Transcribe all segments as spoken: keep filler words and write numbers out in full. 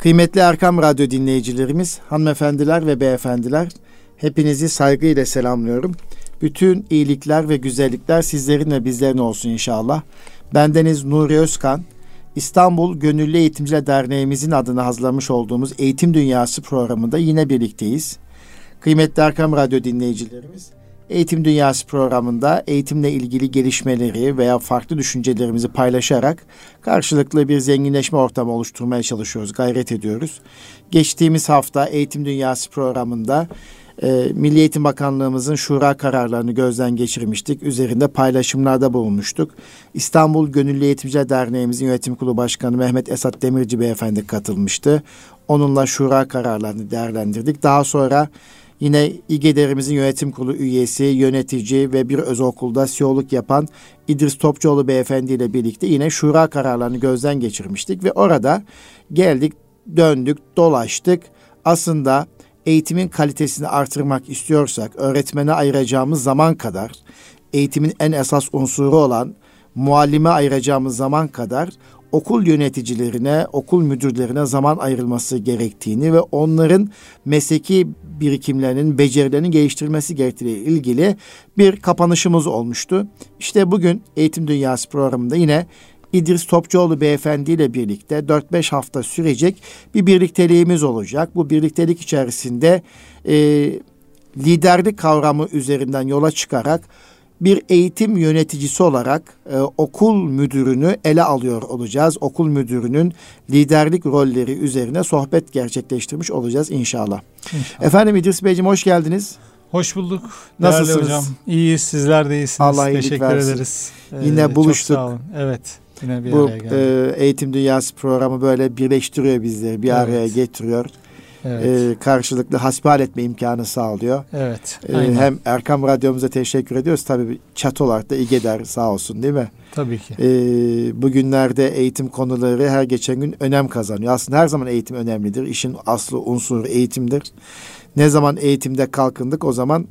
Kıymetli Erkam Radyo dinleyicilerimiz, hanımefendiler ve beyefendiler, hepinizi saygıyla selamlıyorum. Bütün iyilikler ve güzellikler sizlerin ve bizlerin olsun inşallah. Bendeniz Nuri Özkan, İstanbul Gönüllü Eğitimciler Derneğimizin adına hazırlamış olduğumuz Eğitim Dünyası programında yine birlikteyiz. Kıymetli Erkam Radyo dinleyicilerimiz, Eğitim Dünyası programında eğitimle ilgili gelişmeleri veya farklı düşüncelerimizi paylaşarak karşılıklı bir zenginleşme ortamı oluşturmaya çalışıyoruz, gayret ediyoruz. Geçtiğimiz hafta Eğitim Dünyası programında e, Milli Eğitim Bakanlığımızın şura kararlarını gözden geçirmiştik. Üzerinde paylaşımlarda bulunmuştuk. İstanbul Gönüllü Eğitimciler Derneğimizin Yönetim Kurulu Başkanı Mehmet Esat Demirci Beyefendi katılmıştı. Onunla şura kararlarını değerlendirdik. Daha sonra yine İGEDER'imizin yönetim kurulu üyesi, yönetici ve bir özokulda C E O'luk yapan İdris Topçuoğlu Beyefendi ile birlikte yine şura kararlarını gözden geçirmiştik. Ve orada geldik, döndük, dolaştık. Aslında eğitimin kalitesini artırmak istiyorsak öğretmene ayıracağımız zaman kadar, eğitimin en esas unsuru olan muallime ayıracağımız zaman kadar okul yöneticilerine, okul müdürlerine zaman ayrılması gerektiğini ve onların mesleki birikimlerinin, becerilerinin geliştirilmesi gerektiğiyle ilgili bir kapanışımız olmuştu. İşte bugün Eğitim Dünyası programında yine İdris Topçuoğlu Beyefendi ile birlikte dört beş hafta sürecek bir birlikteliğimiz olacak. Bu birliktelik içerisinde e, liderlik kavramı üzerinden yola çıkarak bir eğitim yöneticisi olarak e, okul müdürünü ele alıyor olacağız. Okul müdürünün liderlik rolleri üzerine sohbet gerçekleştirmiş olacağız inşallah. İnşallah. Efendim İdris Beyciğim, hoş geldiniz. Hoş bulduk. Nasılsınız? Değerli hocam. İyiyiz, sizler de iyisiniz. Allah iyilik Teşekkür versin. ederiz. Yine ee, buluştuk. Çok sağ olun. Evet. Yine bir Bu araya geldik. e, Eğitim Dünyası programı böyle birleştiriyor bizleri, bir Evet. araya getiriyor. Evet. E, karşılıklı hasbihal etme imkanı sağlıyor. Evet. E, hem Erkam Radyomuza teşekkür ediyoruz. Tabii çat olarak da İGEDER sağ olsun, değil mi? Tabii ki. E, bugünlerde eğitim konuları her geçen gün önem kazanıyor. Aslında her zaman eğitim önemlidir. İşin aslı unsuru eğitimdir. Ne zaman eğitimde kalkındık, o zaman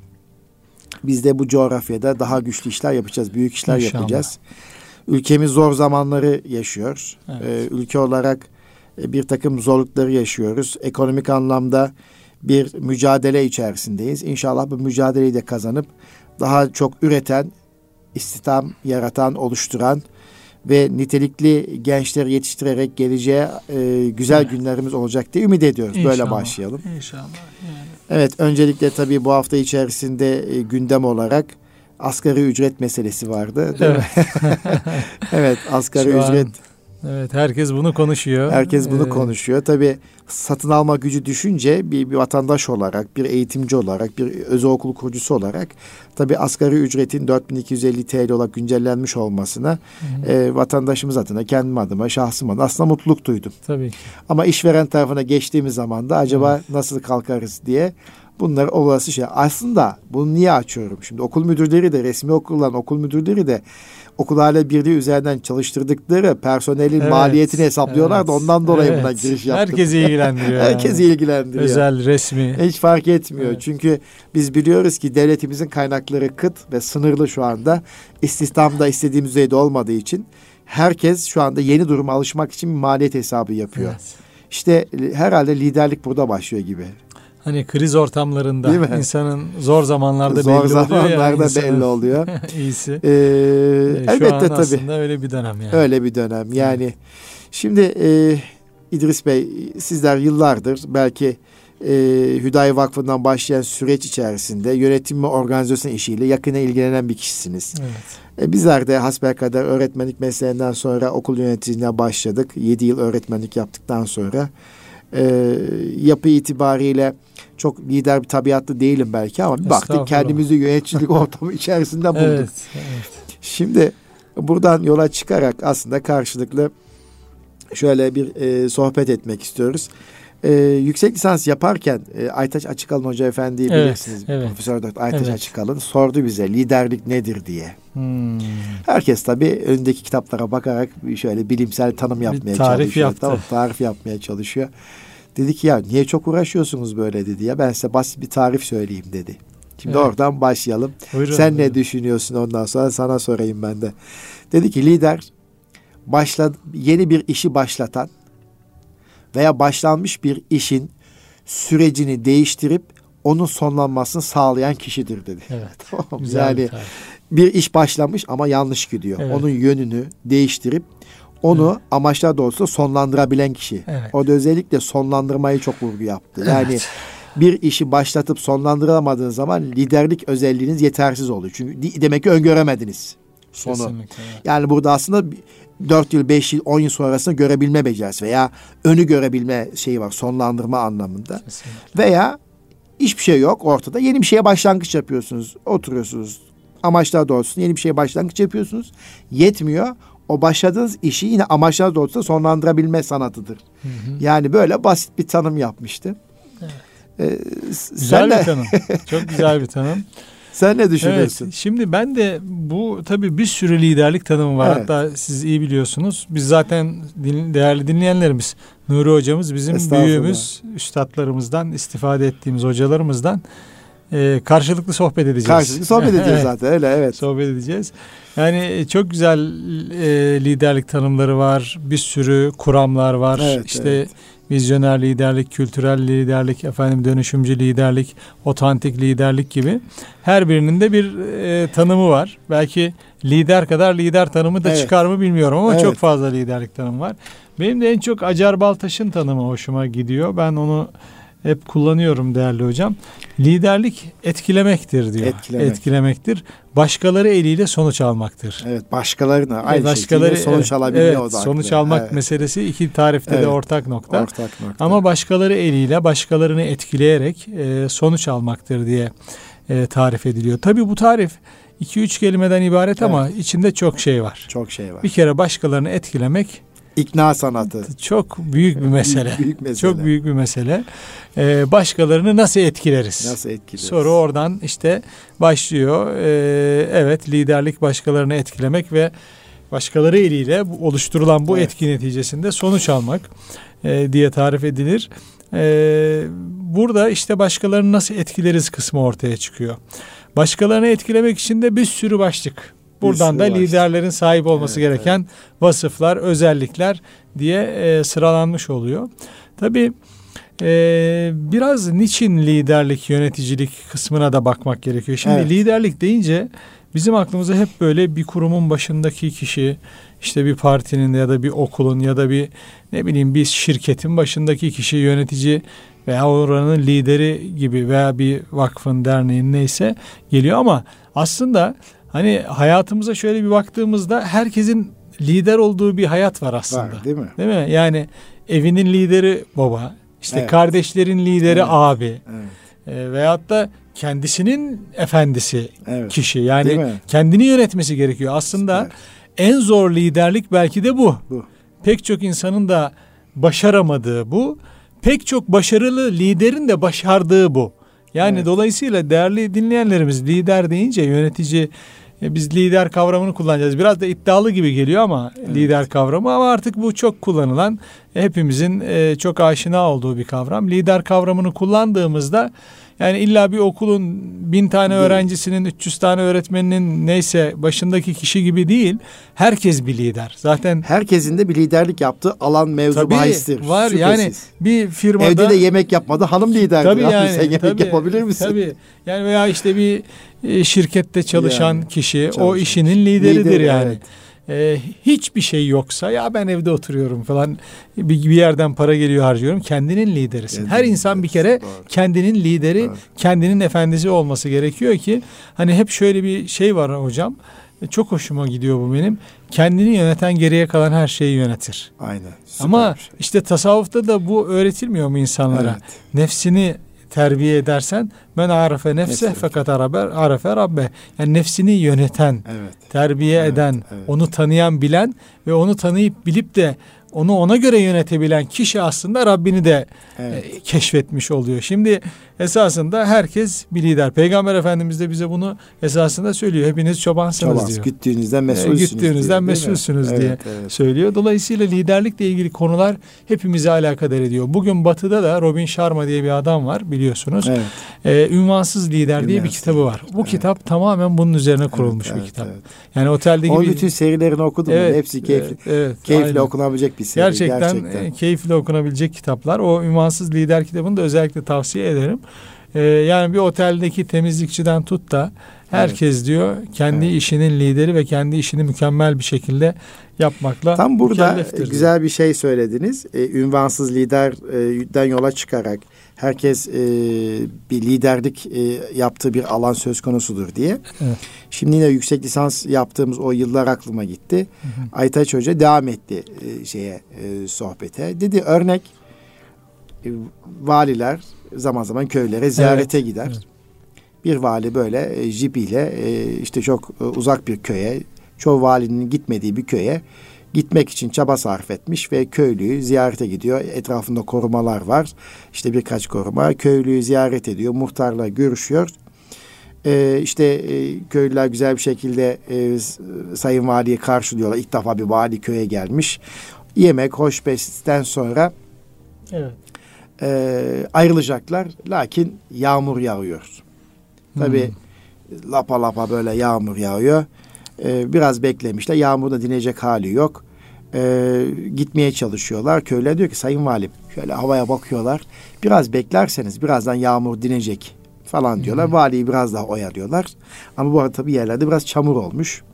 biz de bu coğrafyada daha güçlü işler yapacağız. Büyük işler İnşallah. yapacağız. Ülkemiz zor zamanları yaşıyor. Evet. Ee, ülke olarak bir takım zorlukları yaşıyoruz. Ekonomik anlamda bir mücadele içerisindeyiz. İnşallah bu mücadeleyi de kazanıp daha çok üreten, istihdam yaratan, oluşturan ve nitelikli gençler yetiştirerek geleceğe e, güzel evet. günlerimiz olacak diye ümit ediyoruz. İnşallah. Böyle başlayalım. İnşallah. Yani. Evet, öncelikle tabii bu hafta içerisinde e, gündem olarak asgari ücret meselesi vardı. Değil Evet. mi? Evet, asgari Şu ücret. An, evet, herkes bunu konuşuyor. Herkes bunu ee, konuşuyor. Tabii satın alma gücü düşünce bir, bir vatandaş olarak, bir eğitimci olarak, bir özel okul kurucusu olarak tabii asgari ücretin dört bin iki yüz elli T L olarak güncellenmiş olmasına e, vatandaşımız adına, kendim adıma, şahsım adına aslında mutluluk duydum. Tabii ki. Ama işveren tarafına geçtiğimiz zaman da acaba evet. nasıl kalkarız diye bunlar olası şey. Aslında bunu niye açıyorum? Şimdi okul müdürleri de, resmi okulların okul müdürleri de okul aile birliği üzerinden çalıştırdıkları personelin evet, maliyetini hesaplıyorlar evet, da ondan dolayı evet. buna giriş yaptım. Herkesi ilgilendiriyor. Herkesi yani. ilgilendiriyor. Özel, resmi. Hiç fark etmiyor. Evet. Çünkü biz biliyoruz ki devletimizin kaynakları kıt ve sınırlı şu anda. İstihdamda istediğimiz düzeyde olmadığı için herkes şu anda yeni duruma alışmak için bir maliyet hesabı yapıyor. Evet. İşte herhalde liderlik burada başlıyor gibi. Hani kriz ortamlarında insanın zor zamanlarda zor belli zamanlarda oluyor. Zor zamanlarda belli oluyor. İyisi. Ee, ee, elbette şu an tabii. aslında öyle bir dönem yani. Öyle bir dönem. Yani evet. Şimdi e, İdris Bey, sizler yıllardır belki e, Hüdayi Vakfı'ndan başlayan süreç içerisinde yönetim ve organizasyon işiyle yakına ilgilenen bir kişisiniz. Evet. E, bizler de hasbelkader öğretmenlik mesleğinden sonra okul yöneticiliğine başladık. Yedi yıl öğretmenlik yaptıktan sonra e, yapı itibariyle çok lider bir tabiatlı değilim belki ama bir baktık kendimizi yöneticilik ortamı içerisinde bulduk. Evet, evet. Şimdi buradan yola çıkarak aslında karşılıklı şöyle bir e, sohbet etmek istiyoruz. E, yüksek lisans yaparken e, Aytaç Açıkalın Hoca Efendi'yi evet, bilirsiniz. Evet. Profesör Doktor Aytaç evet. Açıkalın sordu bize liderlik nedir diye. Hmm. Herkes tabii önündeki kitaplara bakarak şöyle bilimsel tanım yapmaya bir tarif çalışıyor. Yaptı. Tamam, tarif yapmaya çalışıyor. Dedi ki ya niye çok uğraşıyorsunuz böyle dedi ya, ben size basit bir tarif söyleyeyim dedi. Şimdi evet. oradan başlayalım. Buyurun, Sen buyurun. ne düşünüyorsun, ondan sonra sana sorayım ben de. Dedi ki lider başla, yeni bir işi başlatan veya başlanmış bir işin sürecini değiştirip onun sonlanmasını sağlayan kişidir dedi. Evet. Yani bir iş başlamış ama yanlış gidiyor. Evet. Onun yönünü değiştirip onu evet. amaçlar doğrultusunda sonlandırabilen kişi. Evet. O da özellikle sonlandırmayı çok vurgu yaptı. Yani evet. bir işi başlatıp sonlandıramadığınız zaman liderlik özelliğiniz yetersiz oluyor. Çünkü demek ki öngöremediniz sonu. Kesinlikle, evet. Yani burada aslında dört yıl, beş yıl, on yıl sonrasını görebilme becerisi veya önü görebilme şeyi var sonlandırma anlamında. Kesinlikle. Veya hiçbir şey yok ortada. Yeni bir şeye başlangıç yapıyorsunuz. Oturuyorsunuz. Amaçlar doğrultusunda yeni bir şeye başlangıç yapıyorsunuz. Yetmiyor. O başladığınız işi yine amaçlar doğrultusunda sonlandırabilme sanatıdır. Hı hı. Yani böyle basit bir tanım yapmıştı. Evet. Ee, güzel bir tanım. Çok güzel bir tanım. Sen ne düşünüyorsun? Evet, şimdi ben de bu tabii bir sürü liderlik tanımı var. Evet. Hatta siz iyi biliyorsunuz. Biz zaten din, değerli dinleyenlerimiz, Nuri hocamız bizim büyüğümüz, üstadlarımızdan, istifade ettiğimiz hocalarımızdan e, karşılıklı sohbet edeceğiz. Karşılıklı sohbet edeceğiz evet. zaten öyle evet. Sohbet edeceğiz. Yani çok güzel e, liderlik tanımları var. Bir sürü kuramlar var. Evet, işte evet. vizyoner liderlik, kültürel liderlik, efendim dönüşümcü liderlik, otantik liderlik gibi her birinin de bir e, tanımı var. Belki lider kadar lider tanımı da evet. çıkar mı bilmiyorum ama evet. çok fazla liderlik tanımı var. Benim de en çok Acar Baltaş'ın tanımı hoşuma gidiyor. Ben onu hep kullanıyorum değerli hocam. Liderlik etkilemektir diyor. Etkilemek. Etkilemektir. Başkaları eliyle sonuç almaktır. Evet, başkalarına aynı başkaları, şekilde sonuç evet, alabilme evet, odaklı. Sonuç almak evet. meselesi iki tarifte evet. de ortak nokta. Ortak nokta. Ama başkaları eliyle başkalarını etkileyerek e, sonuç almaktır diye e, tarif ediliyor. Tabii bu tarif iki üç kelimeden ibaret evet. ama içinde çok şey var. Çok şey var. Bir kere başkalarını etkilemek İkna sanatı. Çok büyük bir mesele. büyük mesele. Çok büyük bir mesele. Ee, başkalarını nasıl etkileriz? Nasıl etkileriz? Soru oradan işte başlıyor. Ee, evet, liderlik başkalarını etkilemek ve başkaları eliyle oluşturulan bu evet. etki neticesinde sonuç almak e, diye tarif edilir. Ee, burada işte başkalarını nasıl etkileriz kısmı ortaya çıkıyor. Başkalarını etkilemek için de bir sürü başlık. Buradan da liderlerin sahip olması evet, gereken evet. vasıflar, özellikler diye e, sıralanmış oluyor. Tabii e, biraz niçin liderlik, yöneticilik kısmına da bakmak gerekiyor. Şimdi evet. liderlik deyince bizim aklımıza hep böyle bir kurumun başındaki kişi, işte bir partinin ya da bir okulun ya da bir ne bileyim bir şirketin başındaki kişi, yönetici veya oranın lideri gibi veya bir vakfın, derneğin neyse geliyor ama aslında hani hayatımıza şöyle bir baktığımızda herkesin lider olduğu bir hayat var aslında. Var, değil mi? Değil mi? Yani evinin lideri baba, işte evet. kardeşlerin lideri evet. abi. Evet. E, veyahut da kendisinin efendisi evet. kişi. Yani kendini yönetmesi gerekiyor. Aslında Süper. en zor liderlik belki de bu. bu. Pek çok insanın da başaramadığı bu. Pek çok başarılı liderin de başardığı bu. Yani evet. dolayısıyla değerli dinleyenlerimiz, lider deyince yönetici, biz lider kavramını kullanacağız. Biraz da iddialı gibi geliyor ama evet. lider kavramı, ama artık bu çok kullanılan, hepimizin çok aşina olduğu bir kavram. Lider kavramını kullandığımızda yani illa bir okulun bin tane değil. öğrencisinin, üç yüz tane öğretmeninin neyse başındaki kişi gibi değil. Herkes bir lider. Zaten herkesin de bir liderlik yaptığı alan, mevzu, bahistir. Var şüphesiz. Yani bir firmada evde de yemek yapmadı hanım liderdir. Tabii yani, sen yemek tabii, yapabilir misin? Tabii. Yani veya işte bir şirkette çalışan yani, kişi çalışan. o işinin lideridir Lider, yani. Evet. Ee, hiçbir şey yoksa ya ben evde oturuyorum falan, bir, bir yerden para geliyor harcıyorum. Kendinin liderisin. Kendinin Her insan liderisin. bir kere Doğru. kendinin lideri, Doğru. kendinin efendisi olması gerekiyor ki hani hep şöyle bir şey var hocam. Çok hoşuma gidiyor bu benim. Kendini yöneten geriye kalan her şeyi yönetir. Aynen. Ama şey. işte tasavvufta da bu öğretilmiyor mu insanlara? Evet. Nefsini terbiye edersen men arefe nefse fakat arefe rabbe. Yani nefsini yöneten, evet. terbiye evet, eden, evet. onu tanıyan, bilen ve onu tanıyıp bilip de onu ona göre yönetebilen kişi aslında Rabbini de evet. e, keşfetmiş oluyor. Şimdi esasında herkes bir lider. Peygamber Efendimiz de bize bunu esasında söylüyor. Hepiniz çobansınız Çoban, diyor. Güttüğünüzden mesulsünüz, e, güttüğünüzden mesulsünüz diye evet, evet. söylüyor. Dolayısıyla liderlikle ilgili konular hepimize alakadar ediyor. Bugün Batı'da da Robin Sharma diye bir adam var biliyorsunuz. Evet. E, Ünvansız Lider diye bir Ünvansız kitabı var. Bu evet. kitap tamamen bunun üzerine kurulmuş evet, bir evet, kitap. Evet. Yani otelde o gibi. bütün serilerini okudum. Evet, hepsi keyifli. Evet, evet, keyifle aynen. okunabilecek bir seri. Gerçekten, gerçekten. E, keyifle okunabilecek kitaplar. O Ünvansız Lider kitabını da özellikle tavsiye ederim. E, yani bir oteldeki temizlikçiden tut da herkes evet. diyor kendi evet. işinin lideri ve kendi işini mükemmel bir şekilde yapmakla tam burada güzel diyor. bir şey söylediniz. Ee, ünvansız liderden yola çıkarak herkes e, bir liderlik e, yaptığı bir alan söz konusudur diye. Evet. Şimdi yine yüksek lisans yaptığımız o yıllar aklıma gitti. Hı hı. Aytaç Hoca devam etti e, şeye e, sohbete. Dedi örnek e, valiler zaman zaman köylere ziyarete evet. gider. Evet. Bir vali böyle e, jipiyle e, işte çok e, uzak bir köye, çoğu valinin gitmediği bir köye gitmek için çaba sarf etmiş ve köylüyü ziyarete gidiyor. Etrafında korumalar var. İşte birkaç koruma. Köylüyü ziyaret ediyor. Muhtarla görüşüyor. E, işte e, köylüler güzel bir şekilde e, Sayın Vali'yi karşılıyorlar. İlk defa bir vali köye gelmiş. Yemek, hoşbeşten sonra evet. e, ayrılacaklar. Lakin yağmur yağıyor. Tabii hmm. lapa lapa böyle yağmur yağıyor. Ee, biraz beklemişler. Yağmurda dinecek hali yok. Ee, gitmeye çalışıyorlar. Köylüler diyor ki Sayın Valim şöyle havaya bakıyorlar. Biraz beklerseniz birazdan yağmur dinecek falan diyorlar. Hmm. Valiyi biraz daha oyalıyorlar. Ama bu arada tabii yerlerde biraz çamur olmuş.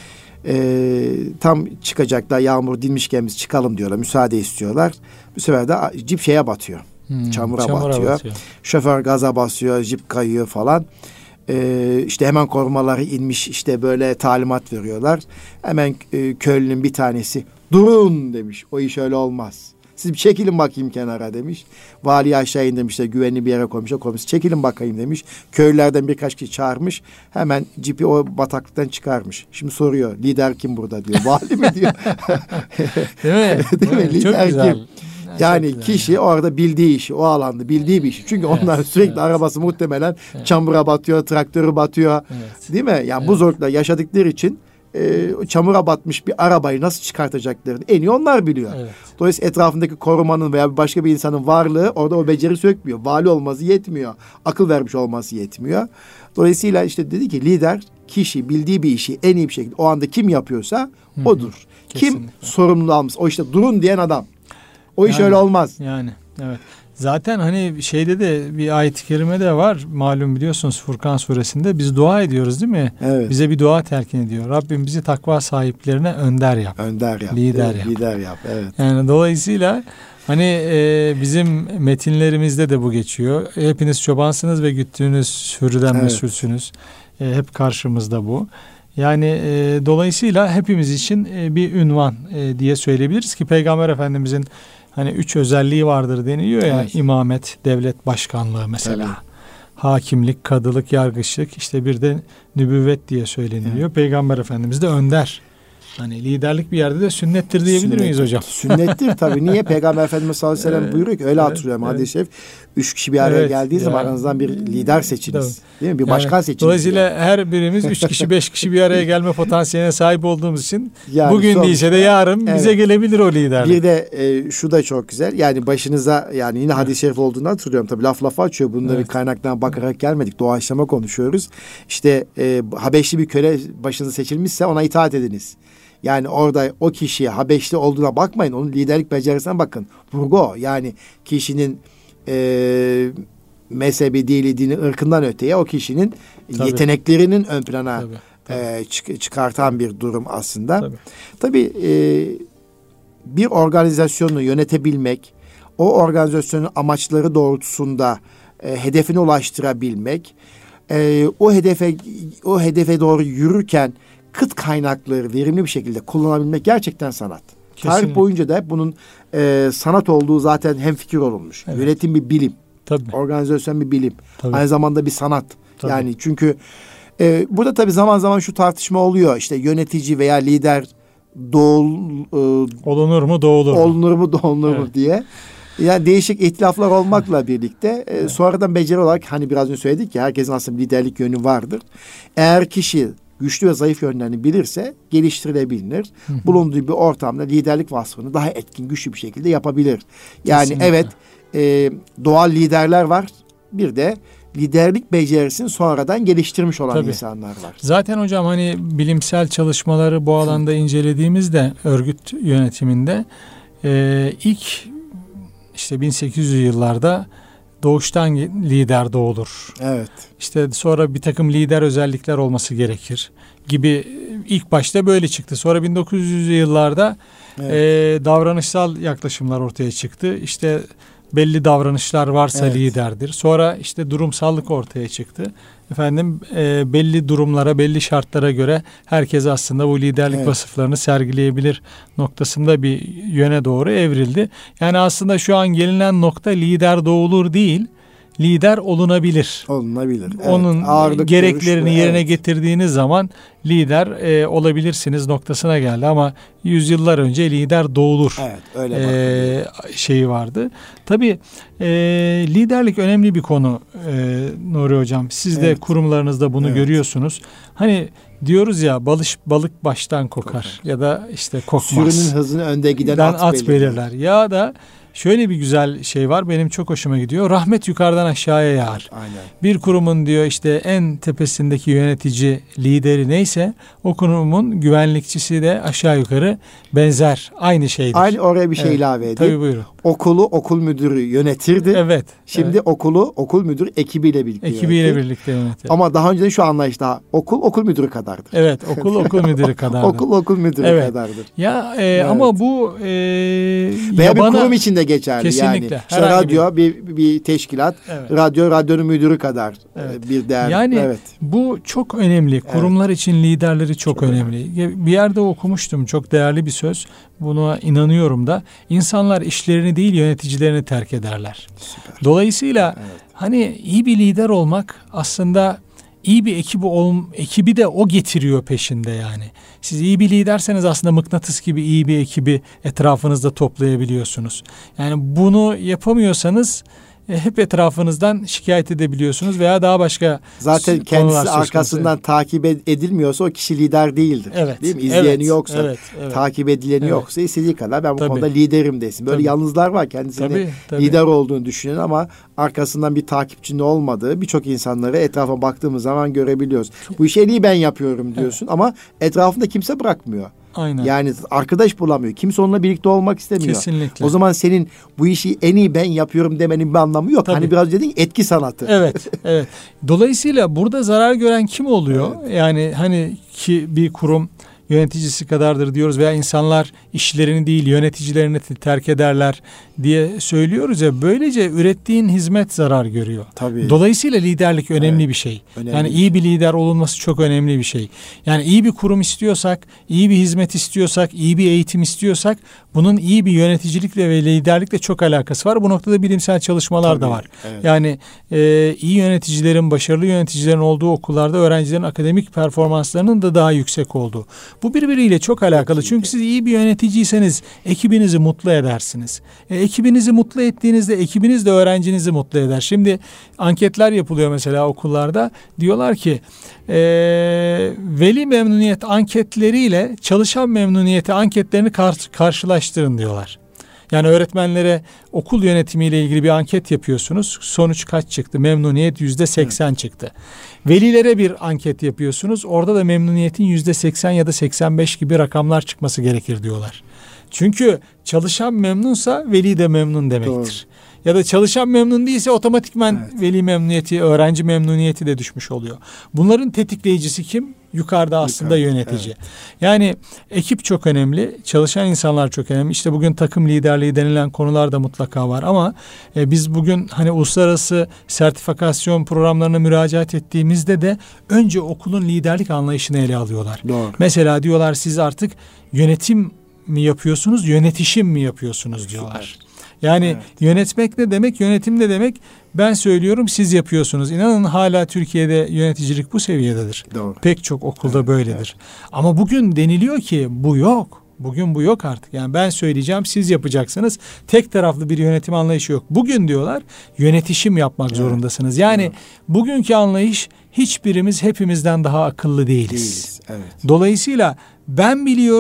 Ee, tam çıkacaklar yağmur dinmişken biz çıkalım diyorlar. Müsaade istiyorlar. Bu sefer de cip şeye batıyor. Hmm, çamura, çamura batıyor. batıyor. Şoför gaza basıyor, jip kayıyor falan. Ee, işte hemen korumaları inmiş, işte böyle talimat veriyorlar. Hemen e, köylünün bir tanesi durun demiş. O iş öyle olmaz. Siz bir çekilin bakayım kenara demiş. Valiyi aşağı indirmişler, güvenli bir yere koymuşlar. Koymuş, çekilin bakayım demiş. Köylülerden birkaç kişi çağırmış. Hemen cipi o bataklıktan çıkarmış. Şimdi soruyor, lider kim burada diyor. Vali mi diyor. Değil mi? Değil mi? Lider çok güzel. kim? Yani kişi yani. Orada bildiği işi, o alanda bildiği bir işi. Çünkü evet, onlar sürekli evet. arabası muhtemelen evet. çamura batıyor, traktörü batıyor. Evet. Değil mi? Yani evet. bu zorlukla yaşadıkları için e, çamura batmış bir arabayı nasıl çıkartacaklarını en iyi onlar biliyor. Evet. Dolayısıyla etrafındaki korumanın veya başka bir insanın varlığı orada o beceri sökmüyor. Vali olması yetmiyor. Akıl vermiş olması yetmiyor. Dolayısıyla işte dedi ki lider kişi bildiği bir işi en iyi bir şekilde o anda kim yapıyorsa Hı-hı. odur. Kesinlikle. Kim sorumluluğu almış? O işte durun diyen adam. O iş yani, öyle olmaz. Yani evet. Zaten hani şeyde de bir ayet-i kerime de var. Malum biliyorsunuz Furkan suresinde biz dua ediyoruz değil mi? Evet. Bize bir dua telkin ediyor. Rabbim bizi takva sahiplerine önder yap. Önder yap. Lider evet, yap. Lider yap. Evet. Yani dolayısıyla hani e, bizim metinlerimizde de bu geçiyor. Hepiniz çobansınız ve güttüğünüz sürüden evet. mesulsünüz. E, hep karşımızda bu. Yani e, dolayısıyla hepimiz için e, bir ünvan e, diye söyleyebiliriz ki Peygamber Efendimizin hani üç özelliği vardır deniliyor ya evet. imamet, devlet başkanlığı mesela. Tabii. Hakimlik, kadılık, yargıçlık işte bir de nübüvvet diye söyleniliyor. Evet. Peygamber Efendimiz de önder. Hani liderlik bir yerde de sünnettir diyebilir Sünnet, miyiz hocam? Sünnettir tabii. Niye? Peygamber Efendimiz sallallahu aleyhi ve sellem buyuruyor ki öyle evet, hatırlıyorum evet. hadis-i şerif. Üç kişi bir araya evet, geldiği yani, zaman aranızdan bir lider seçiniz. Tabii. Değil mi? Bir yani, başkan seçiniz. Dolayısıyla yani. her birimiz üç kişi beş kişi bir araya gelme potansiyeline sahip olduğumuz için yani bugün sonuçta, değilse de yarın evet. bize gelebilir o liderlik. Bir de e, şu da çok güzel. Yani başınıza yani yine hadis-i şerif olduğunu hatırlıyorum. Tabii laf lafa açıyor. Bunları evet. kaynaktan bakarak gelmedik. Doğaçlama konuşuyoruz. İşte e, Habeşli bir köle başınıza seçilmişse ona itaat ediniz. Yani orada o kişiye Habeşli olduğuna bakmayın. Onun liderlik becerisine bakın. Vurgu o. Yani kişinin e, mezhebi, dili, dini, ırkından öteye o kişinin tabii. yeteneklerinin ön plana tabii, tabii. E, çık- çıkartan bir durum aslında. Tabii, tabii e, bir organizasyonu yönetebilmek, o organizasyonun amaçları doğrultusunda e, hedefine ulaştırabilmek, e, o hedefe o hedefe doğru yürürken kıt kaynakları verimli bir şekilde kullanabilmek gerçekten sanat. Kesinlikle. Tarih boyunca da hep bunun e, sanat olduğu zaten hemfikir olunmuş. Evet. Yönetim bir bilim. Tabii. Organizasyon bir bilim. Tabii. Aynı zamanda bir sanat. Tabii. Yani çünkü e, burada tabii zaman zaman şu tartışma oluyor. İşte yönetici veya lider doğul, e, olunur mu doğulur mu? Olunur mu doğulur evet. mu diye. Yani değişik ihtilaflar olmakla birlikte e, evet. sonradan beceri olarak hani biraz önce söyledik ki herkesin aslında liderlik yönü vardır. Eğer kişi güçlü ve zayıf yönlerini bilirse geliştirilebilir. Hı hı. Bulunduğu bir ortamda liderlik vasfını daha etkin, güçlü bir şekilde yapabilir. Yani kesinlikle. Evet e, doğal liderler var. Bir de liderlik becerisini sonradan geliştirmiş olan Tabii. insanlar var. Zaten hocam hani bilimsel çalışmaları bu alanda incelediğimizde örgüt yönetiminde e, ilk işte bin sekiz yüzlü yıllarda doğuştan lider doğulur. Evet. İşte sonra bir takım lider özellikler olması gerekir gibi ilk başta böyle çıktı. Sonra bin dokuz yüzlü yıllarda evet. e, davranışsal yaklaşımlar ortaya çıktı. İşte belli davranışlar varsa evet. liderdir. Sonra işte durumsallık ortaya çıktı. Efendim e, belli durumlara, belli şartlara göre herkes aslında bu liderlik evet. vasıflarını sergileyebilir noktasında bir yöne doğru evrildi. Yani aslında şu an gelinen nokta lider doğulur değil, lider olunabilir. Olunabilir. Onun evet. gereklerini görüşme, yerine evet. getirdiğiniz zaman lider e, olabilirsiniz noktasına geldi ama yüzyıllar önce lider doğulur. Evet, öyle e, şeyi vardı. Tabii e, liderlik önemli bir konu e, Nuri Hocam. Siz evet. de kurumlarınızda bunu evet. görüyorsunuz. Hani diyoruz ya balış, balık baştan kokar, kokar ya da işte kokmaz. Sürünün hızını önde giden at, at belirler. belirler. Ya da şöyle bir güzel şey var, benim çok hoşuma gidiyor. Rahmet yukarıdan aşağıya yağar. Aynen. Bir kurumun diyor işte en tepesindeki yönetici, lideri neyse o kurumun güvenlikçisi de aşağı yukarı benzer, aynı şeydir. Aynı oraya bir şey evet. ilave edeyim. Tabii buyurun. Okulu okul müdürü yönetirdi. Evet. Şimdi evet. okulu okul müdürü ekibiyle birlikte Ekibiyle yönetir. birlikte yönetir. Ama daha önce şu anlayışta okul okul müdürü kadardır. Evet, okul okul müdürü kadardır. okul okul müdürü evet. kadardır. Ya e, evet. ama bu e, veya yabana, bir kurum içinde geçerli. Kesinlikle. Yani işte radyo bir, bir, bir teşkilat. Evet. Radyo radyonun müdürü kadar evet. bir değer. Yani evet. bu çok önemli. Kurumlar evet. için liderleri çok, çok önemli. önemli. Bir yerde okumuştum, çok değerli bir söz. Buna inanıyorum da. İnsanlar işlerini değil yöneticilerini terk ederler. Süper. Dolayısıyla evet. hani iyi bir lider olmak aslında iyi bir ekibi ol, ekibi de o getiriyor peşinde yani. Siz iyi bir liderseniz aslında mıknatıs gibi iyi bir ekibi etrafınızda toplayabiliyorsunuz. Yani bunu yapamıyorsanız hep etrafınızdan şikayet edebiliyorsunuz veya daha başka zaten kendisi arkasından takip edilmiyorsa o kişi lider değildir. Evet. Değil mi? İzleyeni evet, yoksa, evet, evet. takip edileni evet. yoksa istediği kadar ben bu tabii. konuda liderim desin. Böyle tabii. yalnızlar var kendisini tabii, tabii. lider olduğunu düşünen ama arkasından bir takipçinin olmadığı birçok insanları etrafa baktığımız zaman görebiliyoruz. Çok... Bu işi en iyi ben yapıyorum diyorsun evet. ama etrafında kimse bırakmıyor. Aynen. Yani arkadaş bulamıyor. Kimse onunla birlikte olmak istemiyor. Kesinlikle. O zaman senin bu işi en iyi ben yapıyorum demenin bir anlamı yok. Tabii. Hani biraz dedin etki sanatı. Evet, evet. Dolayısıyla burada zarar gören kim oluyor? Evet. Yani hani ki bir kurum yöneticisi kadardır diyoruz veya insanlar işlerini değil yöneticilerini terk ederler diye söylüyoruz ya, böylece ürettiğin hizmet zarar görüyor. Tabii. Dolayısıyla liderlik önemli evet. bir şey. Önemli yani bir iyi bir lider olunması çok önemli bir şey. Yani iyi bir kurum istiyorsak, iyi bir hizmet istiyorsak, iyi bir eğitim istiyorsak bunun iyi bir yöneticilikle ve liderlikle çok alakası var. Bu noktada bilimsel çalışmalar Tabii. da var. Evet. Yani e, iyi yöneticilerin, başarılı yöneticilerin olduğu okullarda öğrencilerin akademik performanslarının da daha yüksek olduğu. Bu birbiriyle çok alakalı. Çünkü siz iyi bir yöneticiyseniz ekibinizi mutlu edersiniz. E, ekibinizi mutlu ettiğinizde ekibiniz de öğrencinizi mutlu eder. Şimdi anketler yapılıyor mesela okullarda. Diyorlar ki e, veli memnuniyet anketleriyle çalışan memnuniyeti anketlerini kar- karşılaştırın diyorlar. Yani öğretmenlere okul yönetimiyle ilgili bir anket yapıyorsunuz. Sonuç kaç çıktı? Memnuniyet yüzde seksen çıktı. Velilere bir anket yapıyorsunuz. Orada da memnuniyetin yüzde seksen ya da seksen beş gibi rakamlar çıkması gerekir diyorlar. Çünkü çalışan memnunsa veli de memnun demektir. Doğru. Ya da çalışan memnun değilse otomatikman evet. veli memnuniyeti, öğrenci memnuniyeti de düşmüş oluyor. Bunların tetikleyicisi kim? Yukarıda aslında Yukarı, yönetici. Evet. Yani ekip çok önemli, çalışan insanlar çok önemli. İşte bugün takım liderliği denilen konular da mutlaka var ama e, biz bugün hani uluslararası sertifikasyon programlarına müracaat ettiğimizde de önce okulun liderlik anlayışını ele alıyorlar. Doğru. Mesela diyorlar siz artık yönetim mi yapıyorsunuz, yönetişim mi yapıyorsunuz diyorlar. Süper. Yani evet. yönetmek ne demek, yönetim ne demek? Ben söylüyorum, siz yapıyorsunuz. İnanın hala Türkiye'de yöneticilik bu seviyededir. Doğru. Pek çok okulda evet, böyledir. Evet. Ama bugün deniliyor ki bu yok. Bugün bu yok artık. Yani ben söyleyeceğim, siz yapacaksınız. Tek taraflı bir yönetim anlayışı yok. Bugün diyorlar yönetişim yapmak evet. zorundasınız. Yani evet. bugünkü anlayış hiçbirimiz hepimizden daha akıllı değiliz. değiliz. Evet. Dolayısıyla ben biliyorum,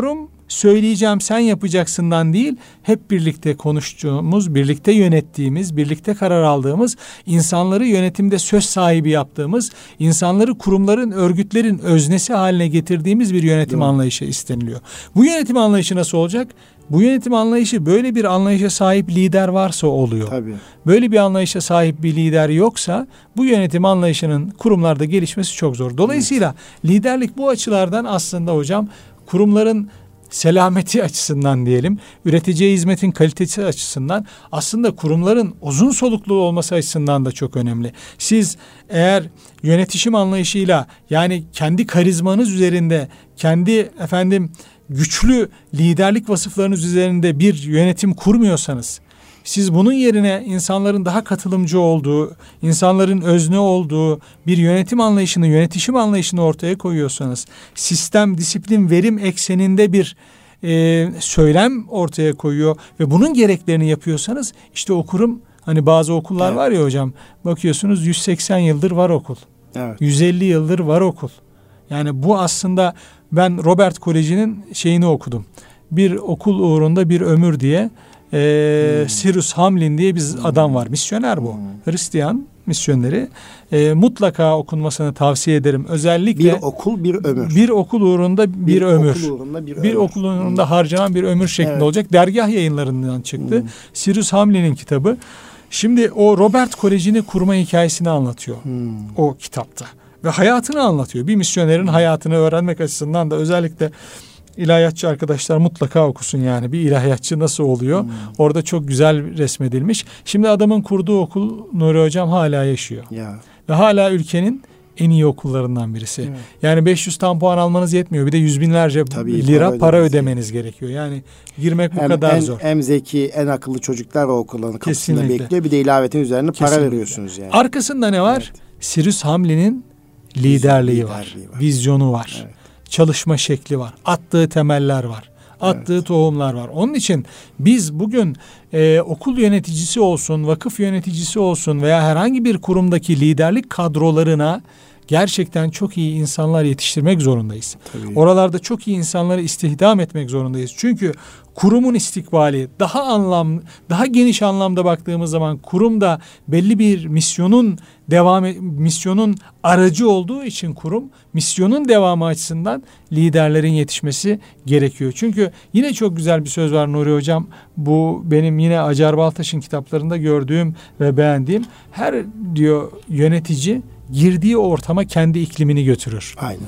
söyleyeceğim sen yapacaksından değil, hep birlikte konuştuğumuz, birlikte yönettiğimiz, birlikte karar aldığımız, insanları yönetimde söz sahibi yaptığımız, insanları kurumların, örgütlerin öznesi haline getirdiğimiz bir yönetim Doğru. anlayışı isteniliyor. Bu yönetim anlayışı nasıl olacak? Bu yönetim anlayışı, böyle bir anlayışa sahip lider varsa oluyor. Tabii. Böyle bir anlayışa sahip bir lider yoksa bu yönetim anlayışının kurumlarda gelişmesi çok zor. Dolayısıyla evet. liderlik bu açılardan aslında hocam kurumların selameti açısından diyelim, üreteceği hizmetin kalitesi açısından, aslında kurumların uzun soluklu olması açısından da çok önemli. Siz eğer yönetişim anlayışıyla, yani kendi karizmanız üzerinde, kendi efendim güçlü liderlik vasıflarınız üzerinde bir yönetim kurmuyorsanız, siz bunun yerine insanların daha katılımcı olduğu, insanların özne olduğu bir yönetim anlayışını, yönetişim anlayışını ortaya koyuyorsanız, sistem, disiplin, verim ekseninde bir e, söylem ortaya koyuyor ve bunun gereklerini yapıyorsanız, işte o kurum, hani bazı okullar evet. var ya hocam, bakıyorsunuz yüz seksen yıldır var okul. Evet. yüz elli yıldır var okul. Yani bu aslında, ben Robert Koleji'nin şeyini okudum. Bir okul uğrunda bir ömür diye. Ee, hmm. Cyrus Hamlin diye bir hmm. adam var. Misyoner bu. Hmm. Hristiyan misyoneri. Ee, mutlaka okunmasını tavsiye ederim. Özellikle bir okul bir ömür. Bir okul uğrunda bir, bir ömür. Okul uğrunda bir, bir ömür. okul uğrunda hmm. harcanan bir ömür şeklinde evet. olacak. Dergah Yayınlarından çıktı. Hmm. Cyrus Hamlin'in kitabı. Şimdi o Robert Koleji'ni kurma hikayesini anlatıyor. Hmm. O kitapta. Ve hayatını anlatıyor. Bir misyonerin hmm. hayatını öğrenmek açısından da özellikle İlahiyatçı arkadaşlar mutlaka okusun yani. Bir ilahiyatçı nasıl oluyor? Hmm. Orada çok güzel resmedilmiş. Şimdi adamın kurduğu okul, Nuri Hocam, hala yaşıyor. Ya. Ve hala ülkenin en iyi okullarından birisi. Evet. Yani beş yüz tam puan almanız yetmiyor. Bir de yüz binlerce Tabii, lira para, para ödemeniz gerekiyor. Yani girmek bu hem, kadar en, zor. Hem zeki, en akıllı çocuklar o okulların kapısında bekliyor. Bir de ilavetin üzerine Kesinlikle. para veriyorsunuz yani. Arkasında ne var? Evet. Cyrus Hamlin'in liderliği, liderliği var. var. Vizyonu var. Evet. Çalışma şekli var. Attığı temeller var. Attığı evet. tohumlar var. Onun için biz bugün e, okul yöneticisi olsun, vakıf yöneticisi olsun veya herhangi bir kurumdaki liderlik kadrolarına gerçekten çok iyi insanlar yetiştirmek zorundayız. Tabii. Oralarda çok iyi insanları istihdam etmek zorundayız. Çünkü kurumun istikbali daha anlam, daha geniş anlamda baktığımız zaman kurumda belli bir misyonun devam misyonun aracı olduğu için kurum misyonun devamı açısından liderlerin yetişmesi gerekiyor. Çünkü yine çok güzel bir söz var Nuri Hocam. Bu benim yine Acar Baltaş'ın kitaplarında gördüğüm ve beğendiğim. Her diyor yönetici girdiği ortama kendi iklimini götürür. Aynen.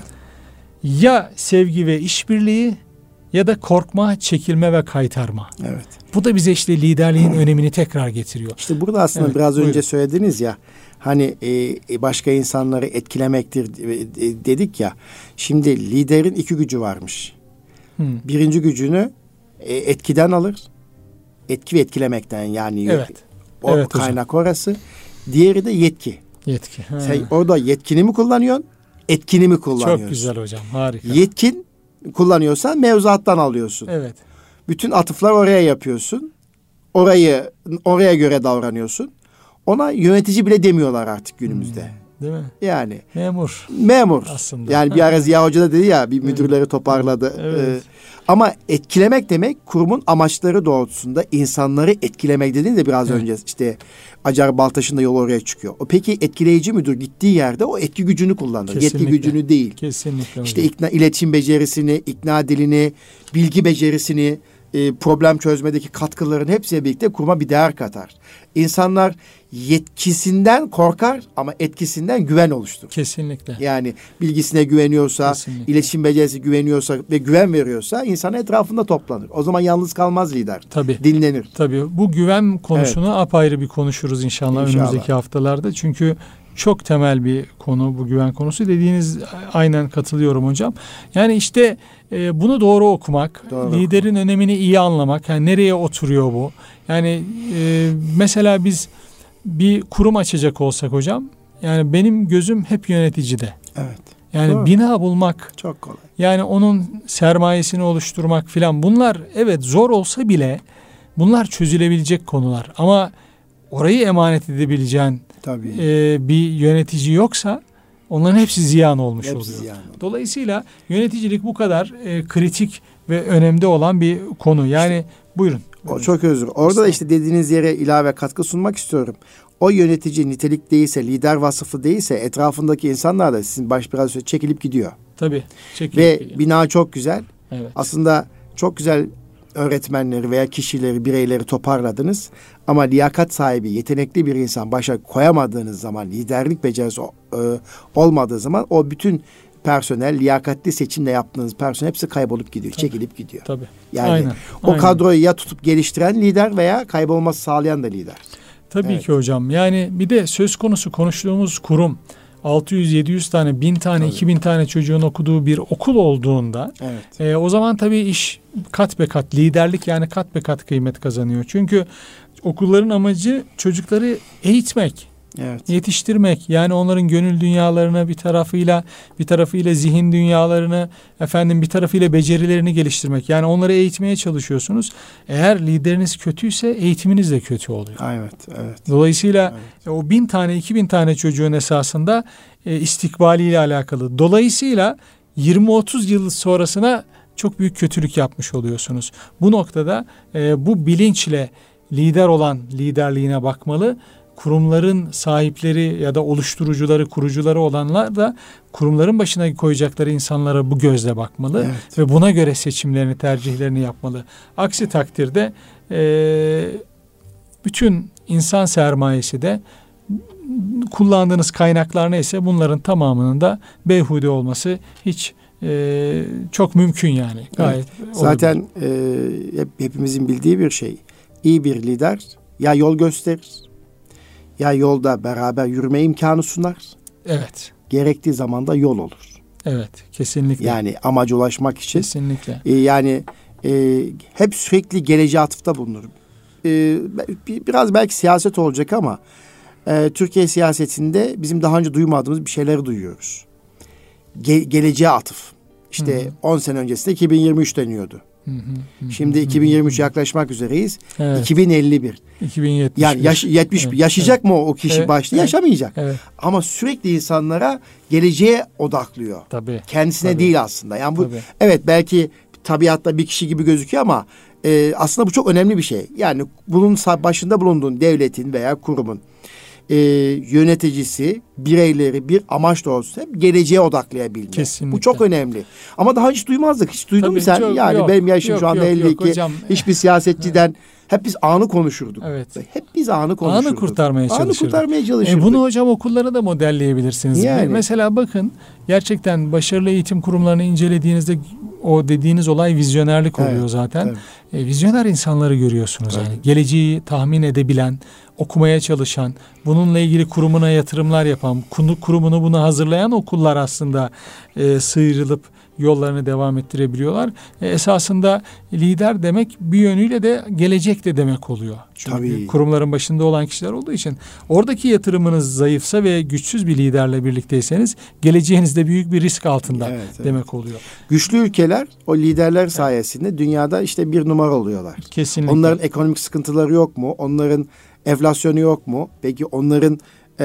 Ya sevgi ve işbirliği ya da korkma, çekilme ve kaytarma. Evet. Bu da bize işte liderliğin önemini tekrar getiriyor. İşte burada aslında evet, biraz buyurun. önce söylediniz ya, hani e, başka insanları etkilemektir e, dedik ya. Şimdi liderin iki gücü varmış. Hmm. Birinci gücünü e, etkiden alır. Etki ve etkilemekten yani. Evet. O evet, kaynak hocam. Orası. Diğeri de yetki. Yetki. Ha. Sen orada yetkini mi kullanıyorsun? Etkini mi kullanıyorsun? Çok güzel hocam. Harika. Yetkin kullanıyorsan mevzuattan alıyorsun. Evet. Bütün atıflar oraya yapıyorsun. Orayı oraya göre davranıyorsun. Ona yönetici bile demiyorlar artık günümüzde. Hmm, değil mi? Yani. Memur. Memur. Aslında. Yani bir ara Ziya Hoca da dedi ya, bir müdürleri toparladı. Evet. Ee, ama etkilemek demek kurumun amaçları doğrultusunda insanları etkilemek dediğin de biraz evet. önce işte Acar Baltaş'ın da yol oraya çıkıyor. O peki etkileyici müdür gittiği yerde o etki gücünü kullanır. Kesinlikle. Yetki gücünü değil. Kesinlikle. İşte ikna, iletişim becerisini, ikna dilini, bilgi becerisini, e, problem çözmedeki katkıların hepsiyle birlikte kuruma bir değer katar. İnsanlar yetkisinden korkar ama etkisinden güven oluşturur. Kesinlikle. Yani bilgisine güveniyorsa, Kesinlikle. iletişim becerisi güveniyorsa ve güven veriyorsa insan etrafında toplanır. O zaman yalnız kalmaz lider. Tabii. Dinlenir. Tabii. Bu güven konusunu evet. apayrı bir konuşuruz inşallah, inşallah önümüzdeki haftalarda. Çünkü çok temel bir konu bu güven konusu. Dediğiniz aynen katılıyorum hocam. Yani işte e, bunu doğru okumak, doğru liderin okumak. önemini iyi anlamak. Yani nereye oturuyor bu? Yani e, mesela biz bir kurum açacak olsak hocam, yani benim gözüm hep yöneticide. Evet. Yani doğru. bina bulmak. Çok kolay. Yani onun sermayesini oluşturmak filan. Bunlar evet zor olsa bile bunlar çözülebilecek konular. Ama orayı emanet edebileceğin Tabii. E, bir yönetici yoksa onların hepsi ziyan olmuş hepsi oluyor. Ziyan. Dolayısıyla yöneticilik bu kadar e, kritik ve önemli olan bir konu. Yani işte, buyurun. O çok özür. Orada da işte dediğiniz yere ilave katkı sunmak istiyorum. O yönetici nitelik değilse, lider vasıflı değilse etrafındaki insanlar da sizin baş biraz sonra çekilip gidiyor. Tabii. Çekilip Ve gidiyor. bina çok güzel. Evet. Aslında çok güzel öğretmenleri veya kişileri, bireyleri toparladınız. Ama liyakat sahibi, yetenekli bir insan başa koyamadığınız zaman, liderlik becerisi e, olmadığı zaman o bütün personel, liyakatli seçimle yaptığınız personel hepsi kaybolup gidiyor, tabii, çekilip gidiyor. Tabii. Yani aynen, o aynen. kadroyu ya tutup geliştiren lider veya kaybolması sağlayan da lider. Tabii evet. ki hocam. Yani bir de söz konusu konuştuğumuz kurum altı yüz yedi yüz tane, bin tane, tabii, iki bin tane çocuğun okuduğu bir okul olduğunda evet. e, o zaman tabii iş kat be kat, liderlik yani kat be kat kıymet kazanıyor. Çünkü okulların amacı çocukları eğitmek. Evet. Yetiştirmek, yani onların gönül dünyalarını bir tarafıyla bir tarafıyla zihin dünyalarını, efendim bir tarafıyla becerilerini geliştirmek. Yani onları eğitmeye çalışıyorsunuz. Eğer lideriniz kötüyse eğitiminiz de kötü oluyor. Evet, evet. Dolayısıyla evet. o bin tane, iki bin tane çocuğun esasında e, istikbaliyle alakalı. Dolayısıyla yirmi otuz yıl sonrasına çok büyük kötülük yapmış oluyorsunuz. Bu noktada e, bu bilinçle lider olan liderliğine bakmalı. Kurumların sahipleri ya da oluşturucuları, kurucuları olanlar da kurumların başına koyacakları insanlara bu gözle bakmalı. Evet. Ve buna göre seçimlerini, tercihlerini yapmalı. Aksi takdirde e, bütün insan sermayesi de kullandığınız kaynaklar neyse bunların tamamının da beyhude olması hiç e, çok mümkün yani. Gayet evet. Zaten e, hep, hepimizin bildiği bir şey. İyi bir lider ya yol gösterir, ya yolda beraber yürüme imkanı sunar. Evet. Gerektiği zaman da yol olur. Evet, kesinlikle. Yani amaca ulaşmak için. Kesinlikle. E, yani e, hep sürekli geleceğe atıfta bulunur. E, biraz belki siyaset olacak ama e, Türkiye siyasetinde bizim daha önce duymadığımız bir şeyleri duyuyoruz. Ge- geleceğe atıf. İşte on sene öncesinde iki bin yirmi üç deniyordu. Hı hı, hı, Şimdi hı, iki bin yirmi üç yaklaşmak üzereyiz. Evet. iki bin elli bir. iki bin yetmiş bir. Yani yaş, yetmiş evet. yaşayacak evet. mı o kişi evet. başta? Evet. Yaşamayacak. Evet. Ama sürekli insanlara geleceğe odaklıyor. Tabii. Kendisine Tabii. değil aslında. Yani bu Tabii. evet belki tabiatta bir kişi gibi gözüküyor ama e, aslında bu çok önemli bir şey. Yani bunun başında bulunduğun devletin veya kurumun e, yöneticisi, bireyleri bir amaç doğrultusunda hep geleceğe odaklayabilmek. Kesinlikle. Bu çok önemli. Ama daha hiç duymazdık. Hiç duydun Tabii, mu sen? çok, yani yok, benim yaşım yok, şu anda yok, elli iki. Yok, hocam. Hiçbir siyasetçiden evet. hep biz anı konuşurduk. Evet. Hep biz anı konuşurduk. Anı kurtarmaya çalışırdık. Anı kurtarmaya çalışırdık. E bunu hocam okullara da modelleyebilirsiniz. Yani. Mesela bakın gerçekten başarılı eğitim kurumlarını incelediğinizde o dediğiniz olay vizyonerlik oluyor evet, zaten. Evet. E, vizyoner insanları görüyorsunuz evet. yani. Geleceği tahmin edebilen, okumaya çalışan, bununla ilgili kurumuna yatırımlar yapan, kurumunu buna hazırlayan okullar aslında e, sıyrılıp yollarını devam ettirebiliyorlar. E, esasında lider demek bir yönüyle de gelecek de demek oluyor. Çünkü Tabii. kurumların başında olan kişiler olduğu için oradaki yatırımınız zayıfsa ve güçsüz bir liderle birlikteyseniz geleceğinizde büyük bir risk altında evet, evet. demek oluyor. Güçlü ülkeler o liderler sayesinde dünyada işte bir numara oluyorlar. Kesinlikle. Onların ekonomik sıkıntıları yok mu? Onların enflasyonu yok mu? Peki onların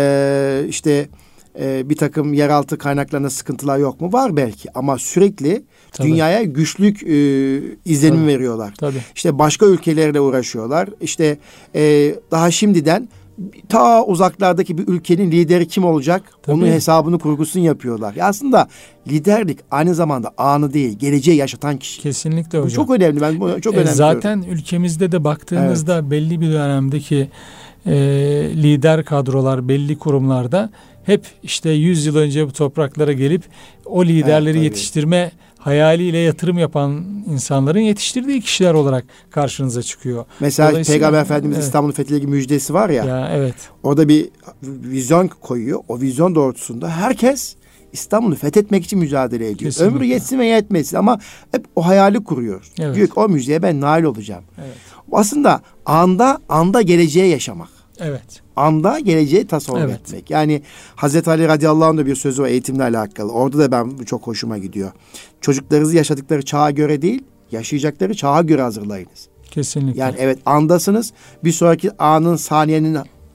e, işte e, bir takım yeraltı kaynaklarında sıkıntılar yok mu? Var belki ama sürekli Tabii. dünyaya güçlük e, izlenim Tabii. veriyorlar. Tabii. İşte başka ülkelerle uğraşıyorlar. İşte e, daha şimdiden ta uzaklardaki bir ülkenin lideri kim olacak? Tabii. Onun hesabını kurgusunu yapıyorlar. Ya aslında liderlik aynı zamanda anı değil, geleceği yaşatan kişi. Kesinlikle hocam. Bu çok önemli. Ben bunu çok e, önemli. Zaten ülkemizde de baktığınızda evet. belli bir dönemdeki e, lider kadrolar belli kurumlarda hep işte yüz yıl önce bu topraklara gelip o liderleri evet, yetiştirme hayaliyle yatırım yapan insanların yetiştirdiği kişiler olarak karşınıza çıkıyor. Mesela Peygamber Efendimiz evet. İstanbul'un fethiyle müjdesi var ya, ya. Evet. Orada bir vizyon koyuyor. O vizyon doğrultusunda herkes İstanbul'u fethetmek için mücadele ediyor. Kesinlikle. Ömrü yetsin ve yetmesin ama hep o hayali kuruyor. Evet. Diyor ki o müjdeye ben nail olacağım. Evet. Aslında anda anda geleceğe yaşamak. Evet. Anda geleceği tasavvur evet. etmek. Yani Hazreti Ali radıyallahu anh'ın da bir sözü var eğitimle alakalı. Orada da ben çok hoşuma gidiyor. Çocuklarınızı yaşadıkları çağa göre değil, yaşayacakları çağa göre hazırlayınız. Kesinlikle. Yani evet andasınız. Bir sonraki anın, saniyenin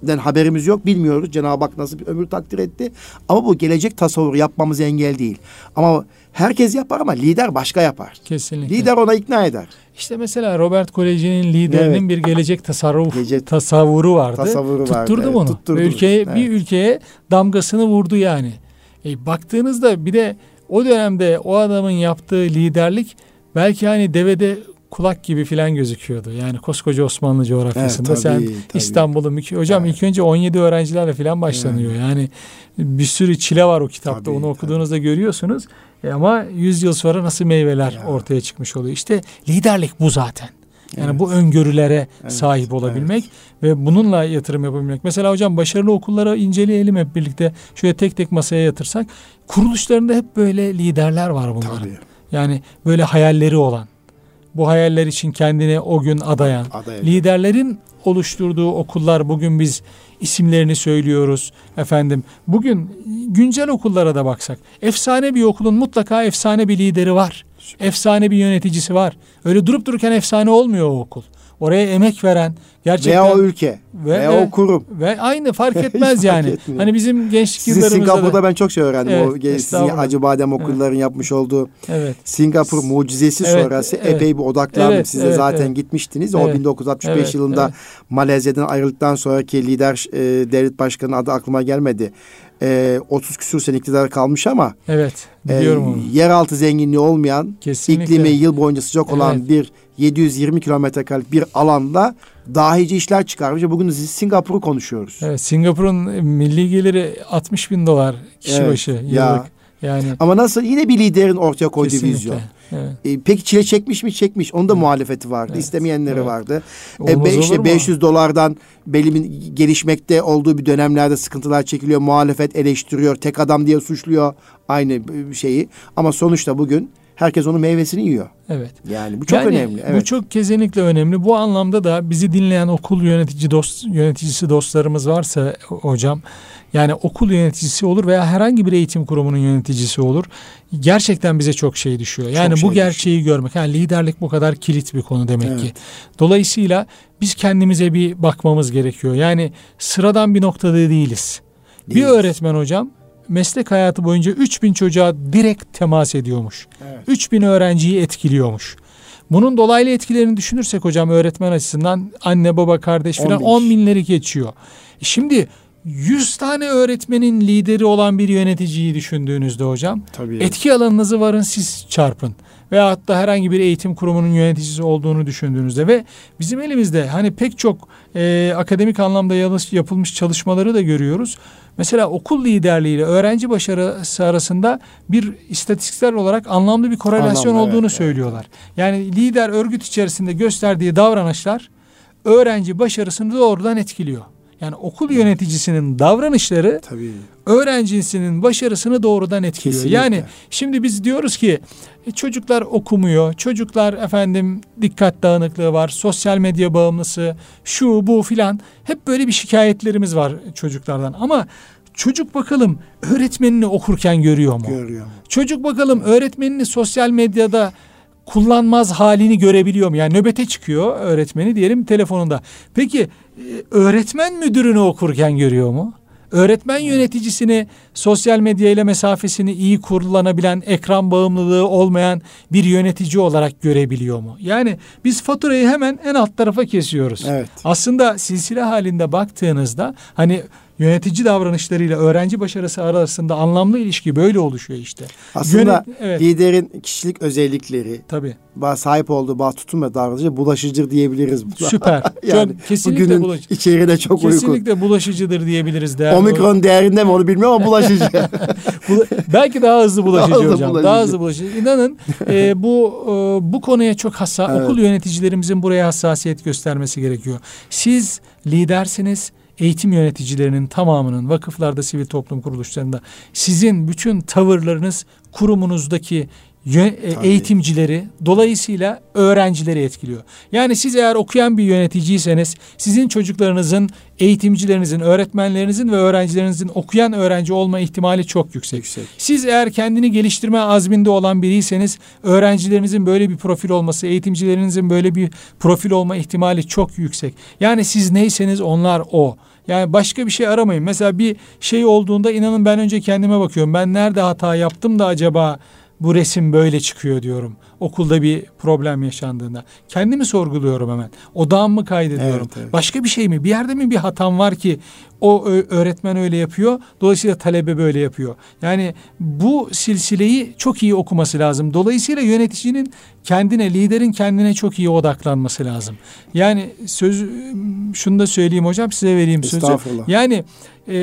geleceğinden haberimiz yok, bilmiyoruz. Cenab-ı Hak nasıl bir ömür takdir etti. Ama bu gelecek tasavvuru yapmamız engel değil. Ama herkes yapar ama lider başka yapar. Kesinlikle. Lider ona ikna eder. İşte mesela Robert Koleji'nin liderinin evet. bir gelecek tasarruf Gece, tasavvuru vardı. Tasavvuru tutturdu vardı. bunu. Evet, tutturdu. Ülkeye Evet. bir ülkeye damgasını vurdu yani. E, baktığınızda bir de o dönemde o adamın yaptığı liderlik belki hani devede kulak gibi filan gözüküyordu. Yani koskoca Osmanlı coğrafyasında evet, tabii, sen tabii. İstanbul'un hocam evet. ilk önce on yedi öğrencilerle filan başlanıyor. Evet. Yani bir sürü çile var o kitapta. Tabii, onu okuduğunuzda tabii. görüyorsunuz. E ama yüz yıl sonra nasıl meyveler ya. ortaya çıkmış oluyor. İşte liderlik bu zaten. Yani evet. bu öngörülere evet. sahip olabilmek evet. ve bununla yatırım yapabilmek. Mesela hocam başarılı okullara inceleyelim hep birlikte. Şöyle tek tek masaya yatırsak. Kuruluşlarında hep böyle liderler var bunların. Tabii. Yani böyle hayalleri olan. Bu hayaller için kendini o gün adayan. Adayım. Liderlerin oluşturduğu okullar bugün biz isimlerini söylüyoruz efendim. Bugün güncel okullara da baksak. Efsane bir okulun mutlaka efsane bir lideri var. Süper. Efsane bir yöneticisi var. Öyle durup dururken efsane olmuyor o okul. Oraya emek veren gerçekten veya o ülke ve, veya o kurum ve aynı fark etmez yani. Fark hani bizim gençlik Sizin yıllarımızda Singapur'da da, ben çok şey öğrendim. Evet, o sizin Acıbadem okulların evet. yapmış olduğu evet. Singapur mucizesi evet, sonrası evet. epey bir odaklandım. Evet, Siz de evet, zaten evet. gitmiştiniz. Evet. O bin dokuz yüz altmış beş evet, yılında evet. Malezya'dan ayrıldıktan sonraki lider e, devlet başkanı adı aklıma gelmedi. E, otuz küsur sene iktidar kalmış ama evet, biliyorum e, onu. yeraltı zenginliği olmayan, kesinlikle. İklimi yıl boyunca sıcak olan evet. bir yedi yüz yirmi kilometre karelik bir alanda dahice işler çıkarmış. Bugün Singapur'u konuşuyoruz. Evet, Singapur'un milli geliri altmış bin dolar kişi evet, başı yıllık. Ya. Yani ama nasıl yine bir liderin ortaya koyduğu kesinlikle. Vizyon. Evet. E, peki çile çekmiş mi? Çekmiş. Onun da evet. muhalefeti vardı. Evet. İstemeyenleri evet. vardı. E, be, işte beş yüz dolardan belli gelişmekte olduğu bir dönemlerde sıkıntılar çekiliyor. Muhalefet eleştiriyor. Tek adam diye suçluyor aynı şeyi. Ama sonuçta bugün herkes onun meyvesini yiyor. Evet. Yani bu çok yani, önemli. Evet. Bu çok kesinlikle önemli. Bu anlamda da bizi dinleyen okul yönetici dost yöneticisi dostlarımız varsa hocam, yani okul yöneticisi olur veya herhangi bir eğitim kurumunun yöneticisi olur. Gerçekten bize çok şey düşüyor. Yani çok bu şey gerçeği düşüyor. Görmek. Yani liderlik bu kadar kilit bir konu demek evet. ki. Dolayısıyla biz kendimize bir bakmamız gerekiyor. Yani sıradan bir noktada değiliz. değiliz. Bir öğretmen hocam meslek hayatı boyunca üç bin çocuğa direkt temas ediyormuş. Evet. üç bin öğrenciyi etkiliyormuş. Bunun dolaylı etkilerini düşünürsek hocam öğretmen açısından anne baba kardeş falan on binleri geçiyor. Şimdi yüz tane öğretmenin lideri olan bir yöneticiyi düşündüğünüzde hocam tabii. etki alanınızı varın siz çarpın. Veyahut da herhangi bir eğitim kurumunun yöneticisi olduğunu düşündüğünüzde ve bizim elimizde hani pek çok e, akademik anlamda yapılmış çalışmaları da görüyoruz. Mesela okul liderliği ile öğrenci başarısı arasında bir istatistiksel olarak anlamlı bir korelasyon anlamlı, olduğunu evet, söylüyorlar. Evet. Yani lider örgüt içerisinde gösterdiği davranışlar öğrenci başarısını doğrudan etkiliyor. Yani okul yöneticisinin davranışları tabii. öğrencisinin başarısını doğrudan etkiliyor. Kesinlikle. Yani şimdi biz diyoruz ki e, çocuklar okumuyor, çocuklar efendim dikkat dağınıklığı var, sosyal medya bağımlısı, şu bu filan, hep böyle bir şikayetlerimiz var çocuklardan. Ama çocuk bakalım öğretmenini okurken görüyor mu? Görüyor. Çocuk bakalım öğretmenini sosyal medyada kullanmaz halini görebiliyor mu? Yani nöbete çıkıyor öğretmeni diyelim telefonunda. Peki öğretmen müdürünü okurken görüyor mu? Öğretmen yöneticisini sosyal medya ile mesafesini iyi kullanabilen, ekran bağımlılığı olmayan bir yönetici olarak görebiliyor mu? Yani biz faturayı hemen en alt tarafa kesiyoruz. Evet. Aslında silsile halinde baktığınızda hani yönetici davranışlarıyla öğrenci başarısı arasında anlamlı ilişki böyle oluşuyor işte. Aslında Yönet, evet. liderin kişilik özellikleri, tabii. sahip olduğu bazı tutum ve davranışı bulaşıcıdır diyebiliriz. Süper. yani çok, kesinlikle bulaşıcıdır. İçeriğine çok kesinlikle uygun. Kesinlikle bulaşıcıdır diyebiliriz. Değerli Omikron o... değerinde mi onu bilmiyorum ama bulaşıcı. Belki daha hızlı bulaşıcı daha hocam. Bulaşıcı. Daha hızlı bulaşıcı. İnanın e, bu e, bu konuya çok hassas. Evet. Okul yöneticilerimizin buraya hassasiyet göstermesi gerekiyor. Siz lidersiniz. Eğitim yöneticilerinin tamamının vakıflarda, sivil toplum kuruluşlarında sizin bütün tavırlarınız kurumunuzdaki eğitimcileri, dolayısıyla öğrencileri etkiliyor. Yani siz eğer okuyan bir yöneticiyseniz sizin çocuklarınızın, eğitimcilerinizin, öğretmenlerinizin ve öğrencilerinizin okuyan öğrenci olma ihtimali çok yüksek. yüksek. Siz eğer kendini geliştirme azminde olan biriyseniz öğrencilerinizin böyle bir profil olması, eğitimcilerinizin böyle bir profil olma ihtimali çok yüksek. Yani siz neyseniz onlar o. Yani başka bir şey aramayın. Mesela bir şey olduğunda inanın ben önce kendime bakıyorum. Ben nerede hata yaptım da acaba bu resim böyle çıkıyor diyorum. Okulda bir problem yaşandığında. Kendimi sorguluyorum hemen. Odağımı kaydediyorum. Evet, evet. Başka bir şey mi? Bir yerde mi bir hatam var ki o öğretmen öyle yapıyor. Dolayısıyla talebe böyle yapıyor. Yani bu silsileyi çok iyi okuması lazım. Dolayısıyla yöneticinin kendine, liderin kendine çok iyi odaklanması lazım. Yani söz, şunu da söyleyeyim hocam, size vereyim sözü. Yani e,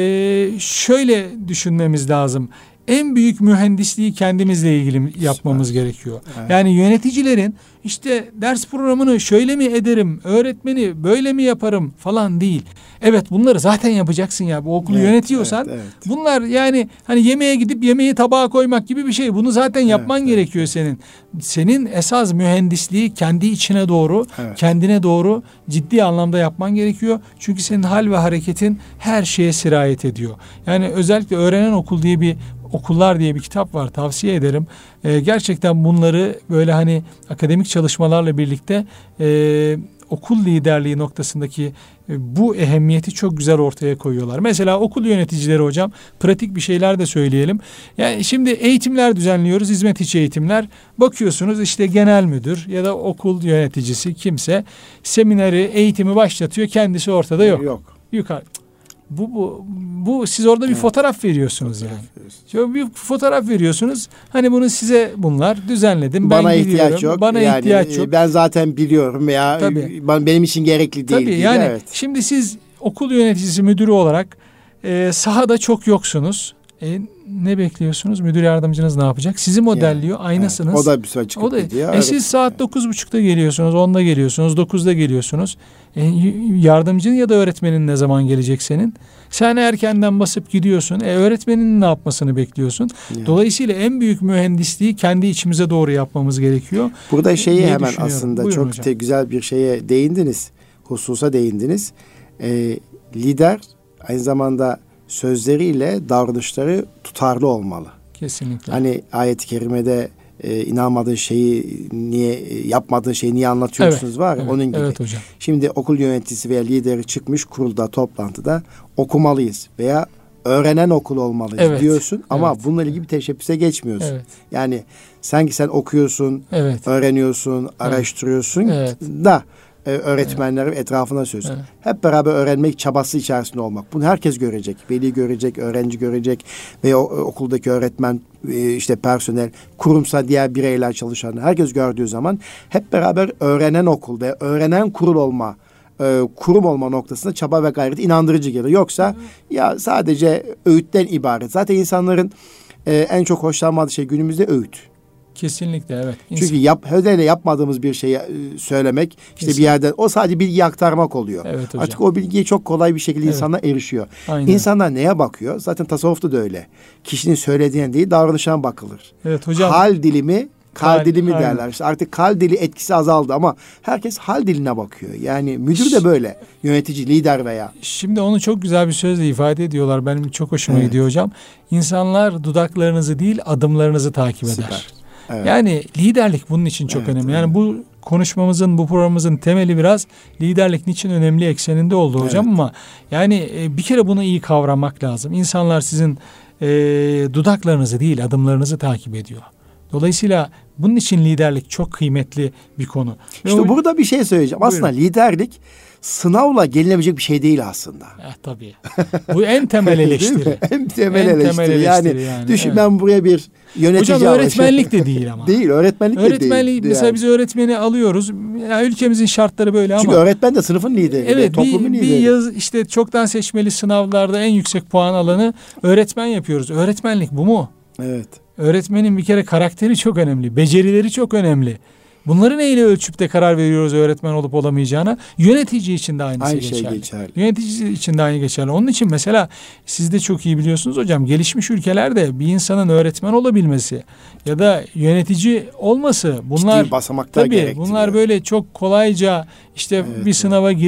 şöyle düşünmemiz lazım. En büyük mühendisliği kendimizle ilgili yapmamız Süper. gerekiyor. Evet. Yani yöneticilerin işte ders programını şöyle mi ederim, öğretmeni böyle mi yaparım falan değil. Evet, bunları zaten yapacaksın ya. Bu okulu evet, yönetiyorsan evet, evet. bunlar yani hani yemeğe gidip yemeği tabağa koymak gibi bir şey. Bunu zaten yapman evet, gerekiyor evet. senin. Senin esas mühendisliği kendi içine doğru, evet. kendine doğru ciddi anlamda yapman gerekiyor. Çünkü senin hal ve hareketin her şeye sirayet ediyor. Yani özellikle Öğrenen Okul diye bir Okullar diye bir kitap var, tavsiye ederim. Ee, gerçekten bunları böyle hani akademik çalışmalarla birlikte e, okul liderliği noktasındaki e, bu ehemmiyeti çok güzel ortaya koyuyorlar. Mesela okul yöneticileri hocam, pratik bir şeyler de söyleyelim. Yani şimdi eğitimler düzenliyoruz, hizmet içi eğitimler. Bakıyorsunuz işte genel müdür ya da okul yöneticisi kimse semineri, eğitimi başlatıyor, kendisi ortada yok. Yok. Yukarı. Bu, bu, bu siz orada bir evet. fotoğraf veriyorsunuz fotoğraf yani. Şöyle bir fotoğraf veriyorsunuz. Hani bunu size bunlar düzenledim. Bana ben ihtiyaç yok. Bana yani, ihtiyaç yok. Ben zaten biliyorum veya Tabii. benim için gerekli değil. Tabii yani evet. şimdi siz okul yöneticisi, müdürü olarak e, sahada çok yoksunuz. E, ne bekliyorsunuz? Müdür yardımcınız ne yapacak? Sizi modelliyor. Yani, aynısınız. Evet. O da bir süre çıkıp gidiyor. E, evet. Siz saat dokuz buçukta geliyorsunuz, onda geliyorsunuz, dokuzda geliyorsunuz. E, yardımcın ya da öğretmenin ne zaman gelecek senin? Sen erkenden basıp gidiyorsun. E, öğretmenin ne yapmasını bekliyorsun? Yani. Dolayısıyla en büyük mühendisliği kendi içimize doğru yapmamız gerekiyor. Burada şeyi hemen aslında Buyurun çok te, güzel bir şeye değindiniz. Hususa değindiniz. E, lider aynı zamanda sözleriyle davranışları tutarlı olmalı. Kesinlikle. Hani ayet-i kerimede e, inanmadığın şeyi niye yapmadığın şeyi niye anlatıyorsunuz evet, var ya evet, onun gibi. Evet hocam. Şimdi okul yöneticisi veya lideri çıkmış kurulda, toplantıda okumalıyız veya öğrenen okul olmalıyız evet, diyorsun ama evet, bununla ilgili bir teşebbüse geçmiyorsun. Evet. Yani sanki sen okuyorsun, evet, öğreniyorsun, evet, araştırıyorsun evet, da öğretmenlerin evet, etrafına söz. Evet. Hep beraber öğrenmek çabası içerisinde olmak. Bunu herkes görecek. Veli görecek, öğrenci görecek ve o, okuldaki öğretmen, işte personel, kurumsal diğer bireyler, çalışanlar herkes gördüğü zaman hep beraber öğrenen okul ve öğrenen kurul olma, kurum olma noktasında çaba ve gayret inandırıcı gelir. Yoksa evet, ya sadece öğütten ibaret. Zaten insanların en çok hoşlanmadığı şey günümüzde öğüt. Kesinlikle evet. İnsan. Çünkü yap, öyle yapmadığımız bir şeyi söylemek, işte Kesinlikle. bir yerden o sadece bilgi aktarmak oluyor. Evet hocam. Artık o bilgiye çok kolay bir şekilde evet, insanlar erişiyor. Aynen. İnsanlar neye bakıyor? Zaten tasavvufta da öyle. Kişinin söylediğine değil, davranışına bakılır. Evet hocam. Hal dilimi, kal, kal dilimi aynen. derler. İşte artık kal dili etkisi azaldı ama herkes hal diline bakıyor. Yani müdür de böyle. Yönetici, lider veya. Şimdi onu çok güzel bir sözle ifade ediyorlar. Benim çok hoşuma evet. gidiyor hocam. İnsanlar dudaklarınızı değil, adımlarınızı takip eder. Süper. Evet. Yani liderlik bunun için çok evet, önemli. Yani evet. bu konuşmamızın, bu programımızın temeli biraz liderlik niçin önemli ekseninde oldu hocam evet. ama yani e, bir kere bunu iyi kavramak lazım. İnsanlar sizin e, dudaklarınızı değil, adımlarınızı takip ediyor. Dolayısıyla bunun için liderlik çok kıymetli bir konu. İşte o, burada bir şey söyleyeceğim. Buyurun. Aslında liderlik sınavla gelinebilecek bir şey değil aslında. Eh, tabii. Bu en temel eleştiri. en temel en eleştiri. Temel eleştiri yani, yani. Düşün evet. ben buraya bir yönetici Hocam öğretmenlik de değil ama. Değil, öğretmenlik, öğretmenlik de değil. Mesela yani. Biz öğretmeni alıyoruz. Yani ülkemizin şartları böyle Çünkü ama. Çünkü öğretmen de sınıfın lideri. Evet, toplumun bir, lideri. bir yaz işte çoktan seçmeli sınavlarda en yüksek puan alanı öğretmen yapıyoruz. Öğretmenlik bu mu? Evet. Öğretmenin bir kere karakteri çok önemli. Becerileri çok önemli. Bunları neyle ölçüp de karar veriyoruz öğretmen olup olamayacağına? Yönetici için de aynısı aynı geçerli. Şey geçerli. Yönetici için de aynı geçerli. Onun için mesela siz de çok iyi biliyorsunuz hocam, gelişmiş ülkelerde bir insanın öğretmen olabilmesi ya da yönetici olması bunlar ciddi basamaklar tabii gerektiriyor. Bunlar böyle çok kolayca işte evet, bir sınava girip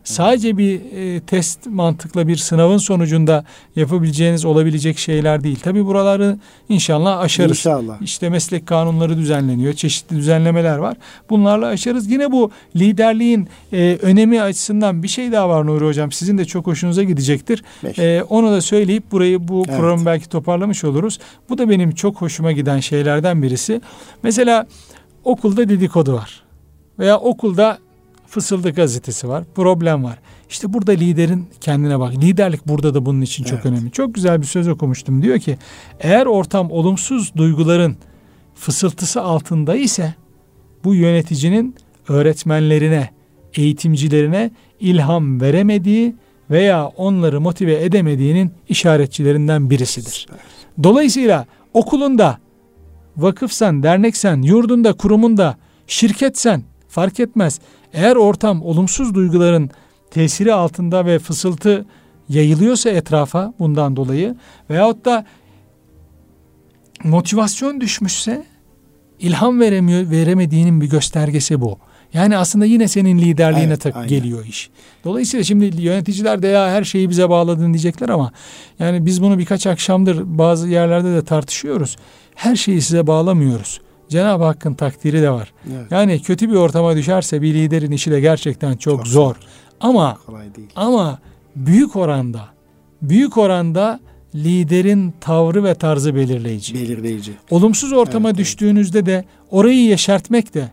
Sadece bir e, test mantıkla bir sınavın sonucunda yapabileceğiniz, olabilecek şeyler değil. Tabii buraları inşallah aşarız. İnşallah. İşte meslek kanunları düzenleniyor, çeşitli düzenlemeler var. Bunlarla aşarız. Yine bu liderliğin e, önemi açısından bir şey daha var Nuri Hocam. Sizin de çok hoşunuza gidecektir. E, onu da söyleyip burayı, bu evet. programı belki toparlamış oluruz. Bu da benim çok hoşuma giden şeylerden birisi. Mesela okulda dedikodu var. Veya okulda fısıldı gazetesi var. Problem var. İşte burada liderin kendine bak. Liderlik burada da bunun için çok evet. önemli. Çok güzel bir söz okumuştum. Diyor ki eğer ortam olumsuz duyguların fısıltısı altında ise bu yöneticinin öğretmenlerine, eğitimcilerine ilham veremediği veya onları motive edemediğinin işaretçilerinden birisidir. Dolayısıyla okulunda, vakıfsan, derneksen, yurdunda, kurumunda, şirketsen fark etmez. Eğer ortam olumsuz duyguların tesiri altında ve fısıltı yayılıyorsa etrafa bundan dolayı veyahut da motivasyon düşmüşse ilham veremiyor, veremediğinin bir göstergesi bu. Yani aslında yine senin liderliğine evet, tak geliyor iş. Dolayısıyla şimdi yöneticiler de ya her şeyi bize bağladın diyecekler ama yani biz bunu birkaç akşamdır bazı yerlerde de tartışıyoruz. Her şeyi size bağlamıyoruz. Cenab-ı Hakk'ın takdiri de var. Evet. Yani kötü bir ortama düşerse bir liderin işi de gerçekten çok, çok zor. Ama kolay değil. Ama büyük oranda büyük oranda liderin tavrı ve tarzı belirleyici. Belirleyici. Olumsuz ortama evet, düştüğünüzde evet. de orayı yeşertmek de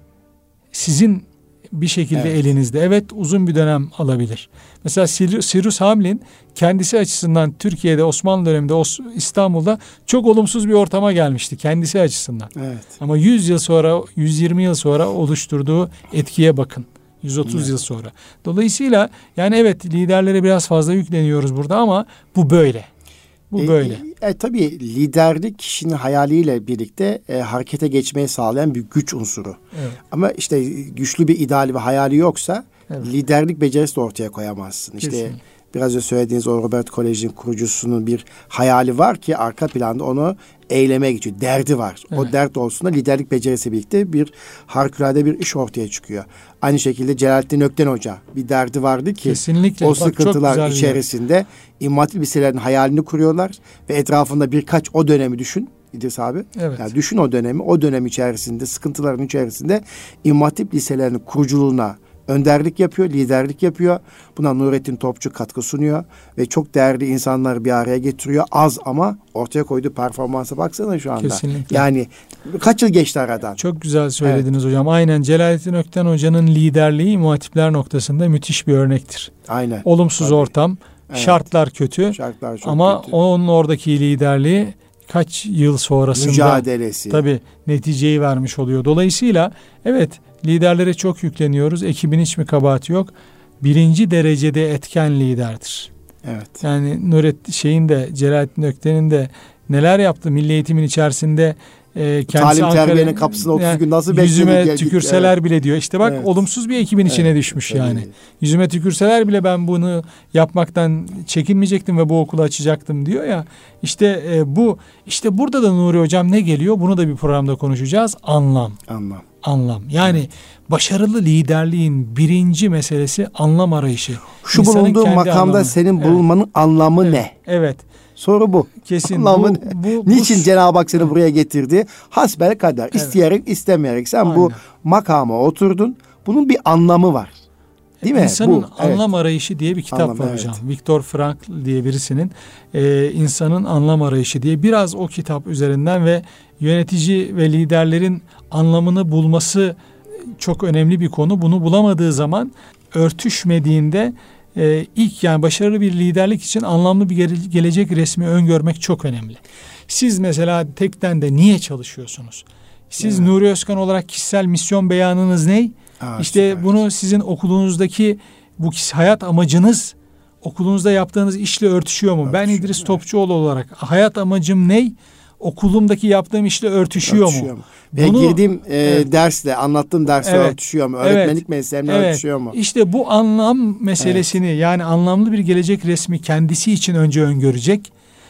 sizin bir şekilde evet. elinizde. Evet, uzun bir dönem alabilir. Mesela Cyrus Hamlin kendisi açısından Türkiye'de Osmanlı döneminde İstanbul'da çok olumsuz bir ortama gelmişti kendisi açısından. Evet. Ama yüz yıl sonra, yüz yirmi yıl sonra oluşturduğu etkiye bakın. yüz otuz evet. yıl sonra. Dolayısıyla yani evet liderlere biraz fazla yükleniyoruz burada ama bu böyle. Bu e, böyle. E, tabii liderlik kişinin hayaliyle birlikte e, harekete geçmeyi sağlayan bir güç unsuru. Evet. Ama işte güçlü bir ideali ve hayali yoksa evet. liderlik becerisi de ortaya koyamazsın. Kesin. İşte biraz önce söylediğiniz o Robert Kolej'in kurucusunun bir hayali var ki arka planda onu eyleme geçiyor. Derdi var. Evet. O dert olsun da liderlik becerisi birlikte bir harikulade bir iş ortaya çıkıyor. Aynı şekilde Celalettin Ökten Hoca bir derdi vardı ki kesinlikle. O Bak, sıkıntılar içerisinde İmam Hatip liselerin hayalini kuruyorlar ve etrafında birkaç o dönemi düşün İdris abi. Evet. Yani düşün o dönemi. O dönem içerisinde sıkıntıların içerisinde İmam Hatip liselerinin kuruculuğuna önderlik yapıyor, liderlik yapıyor. Buna Nurettin Topçu katkı sunuyor ve çok değerli insanları bir araya getiriyor. Az ama ortaya koyduğu performansa baksana şu anda. Kesinlikle. Yani kaç yıl geçti aradan? Çok güzel söylediniz evet. hocam. Aynen Celalettin Ökten Hoca'nın liderliği muhatipler noktasında müthiş bir örnektir. Aynen. Olumsuz Tabii. ortam, evet. şartlar kötü. Şartlar çok ama kötü. Onun oradaki liderliği kaç yıl sonrasında mücadelesi. Tabii neticeyi vermiş oluyor. Dolayısıyla evet liderlere çok yükleniyoruz. Ekibin hiç mi kabahati yok? Birinci derecede etken liderdir. Evet. Yani Nurettin şeyin de Celalettin Ökten'in de neler yaptı milli eğitimin içerisinde e, kendisi talim terbiyenin kapısına otuz yani, gün nasıl yüzüme tükürseler evet. bile diyor. İşte bak evet. olumsuz bir ekibin içine evet. düşmüş evet. yani. Yüzüme tükürseler bile ben bunu yapmaktan çekinmeyecektim ve bu okulu açacaktım diyor ya. İşte e, bu işte burada da Nuri Hocam ne geliyor? Bunu da bir programda konuşacağız. Anlam. Anlam. Anlam. Yani evet. başarılı liderliğin birinci meselesi anlam arayışı. Şu İnsanın bulunduğu makamda anlamı. Senin bulunmanın evet. anlamı evet. ne? Evet. Soru bu. Kesin. Anlamı bu, ne? Bu, Niçin bu... Cenab-ı Hak seni evet. buraya getirdi? Hasbel kader. Evet. İsteyerek istemeyerek sen Aynen. bu makama oturdun. Bunun bir anlamı var. Değil mi? İnsanın bu, anlam evet. arayışı diye bir kitap anlam, var evet. hocam. Viktor Frankl diye birisinin e, insanın anlam arayışı diye biraz o kitap üzerinden ve yönetici ve liderlerin anlamını bulması çok önemli bir konu. Bunu bulamadığı zaman örtüşmediğinde e, ilk yani başarılı bir liderlik için anlamlı bir gele- gelecek resmi öngörmek çok önemli. Siz mesela tekten de niye çalışıyorsunuz? Siz evet. Nuri Özkan olarak kişisel misyon beyanınız ne? Aa, işte süper. Bunu sizin okulunuzdaki bu hayat amacınız okulunuzda yaptığınız işle örtüşüyor mu? Örtüşüyor, ben İdris evet. Topçuoğlu olarak hayat amacım ne? Okulumdaki yaptığım işle örtüşüyor, örtüşüyor mu? mu? Ve Bunu, girdiğim e, evet. dersle, anlattığım dersle evet. örtüşüyor mu? Öğretmenlik evet. mesleğimle evet. örtüşüyor mu? İşte bu anlam meselesini evet. yani anlamlı bir gelecek resmi kendisi için önce öngörecek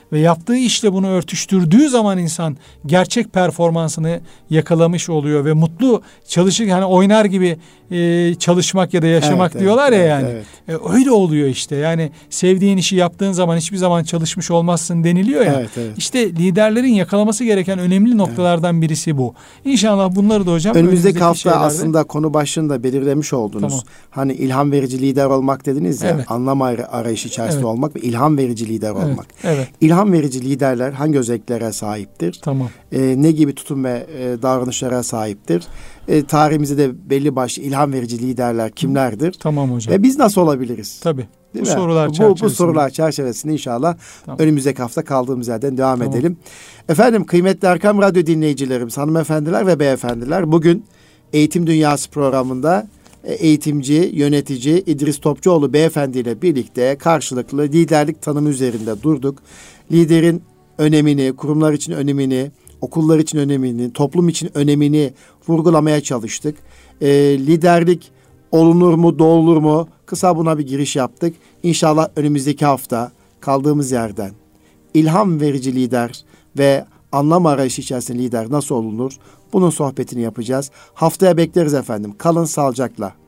ve yaptığı işle bunu örtüştürdüğü zaman insan gerçek performansını yakalamış oluyor ve mutlu çalışır, hani oynar gibi e, çalışmak ya da yaşamak evet, diyorlar evet, ya evet, yani. Evet. E, öyle oluyor işte. Yani sevdiğin işi yaptığın zaman hiçbir zaman çalışmış olmazsın deniliyor ya. Evet, evet. İşte liderlerin yakalaması gereken önemli noktalardan evet. birisi bu. İnşallah bunları da hocam önümüzdeki, önümüzdeki hafta şeylerde... aslında konu başlığında belirlemiş oldunuz. Tamam. Hani ilham verici lider olmak dediniz ya. Evet. Anlam arayışı içerisinde evet. olmak ve ilham verici lider evet. olmak. Evet. İlham verici liderler hangi özelliklere sahiptir? Tamam. Ee, ne gibi tutum ve e, davranışlara sahiptir? E, tarihimizde de belli başlı ilham verici liderler kimlerdir? Tamam hocam. Ve biz nasıl olabiliriz? Tabii. Değil bu mi? sorular bu, çerçevesinde. Bu sorular çerçevesinde inşallah tamam. önümüzdeki hafta kaldığımız yerden devam tamam. edelim. Efendim kıymetli Erkam Radyo dinleyicilerimiz, hanımefendiler ve beyefendiler, bugün Eğitim Dünyası programında eğitimci, yönetici İdris Topçuoğlu beyefendi ile birlikte karşılıklı liderlik tanımı üzerinde durduk. Liderin önemini, kurumlar için önemini, okullar için önemini, toplum için önemini vurgulamaya çalıştık. E, liderlik olunur mu, doğulur mu? Kısa buna bir giriş yaptık. İnşallah önümüzdeki hafta kaldığımız yerden ilham verici lider ve anlam arayışı içerisinde lider nasıl olunur? Bunun sohbetini yapacağız. Haftaya bekleriz efendim. Kalın sağlıcakla.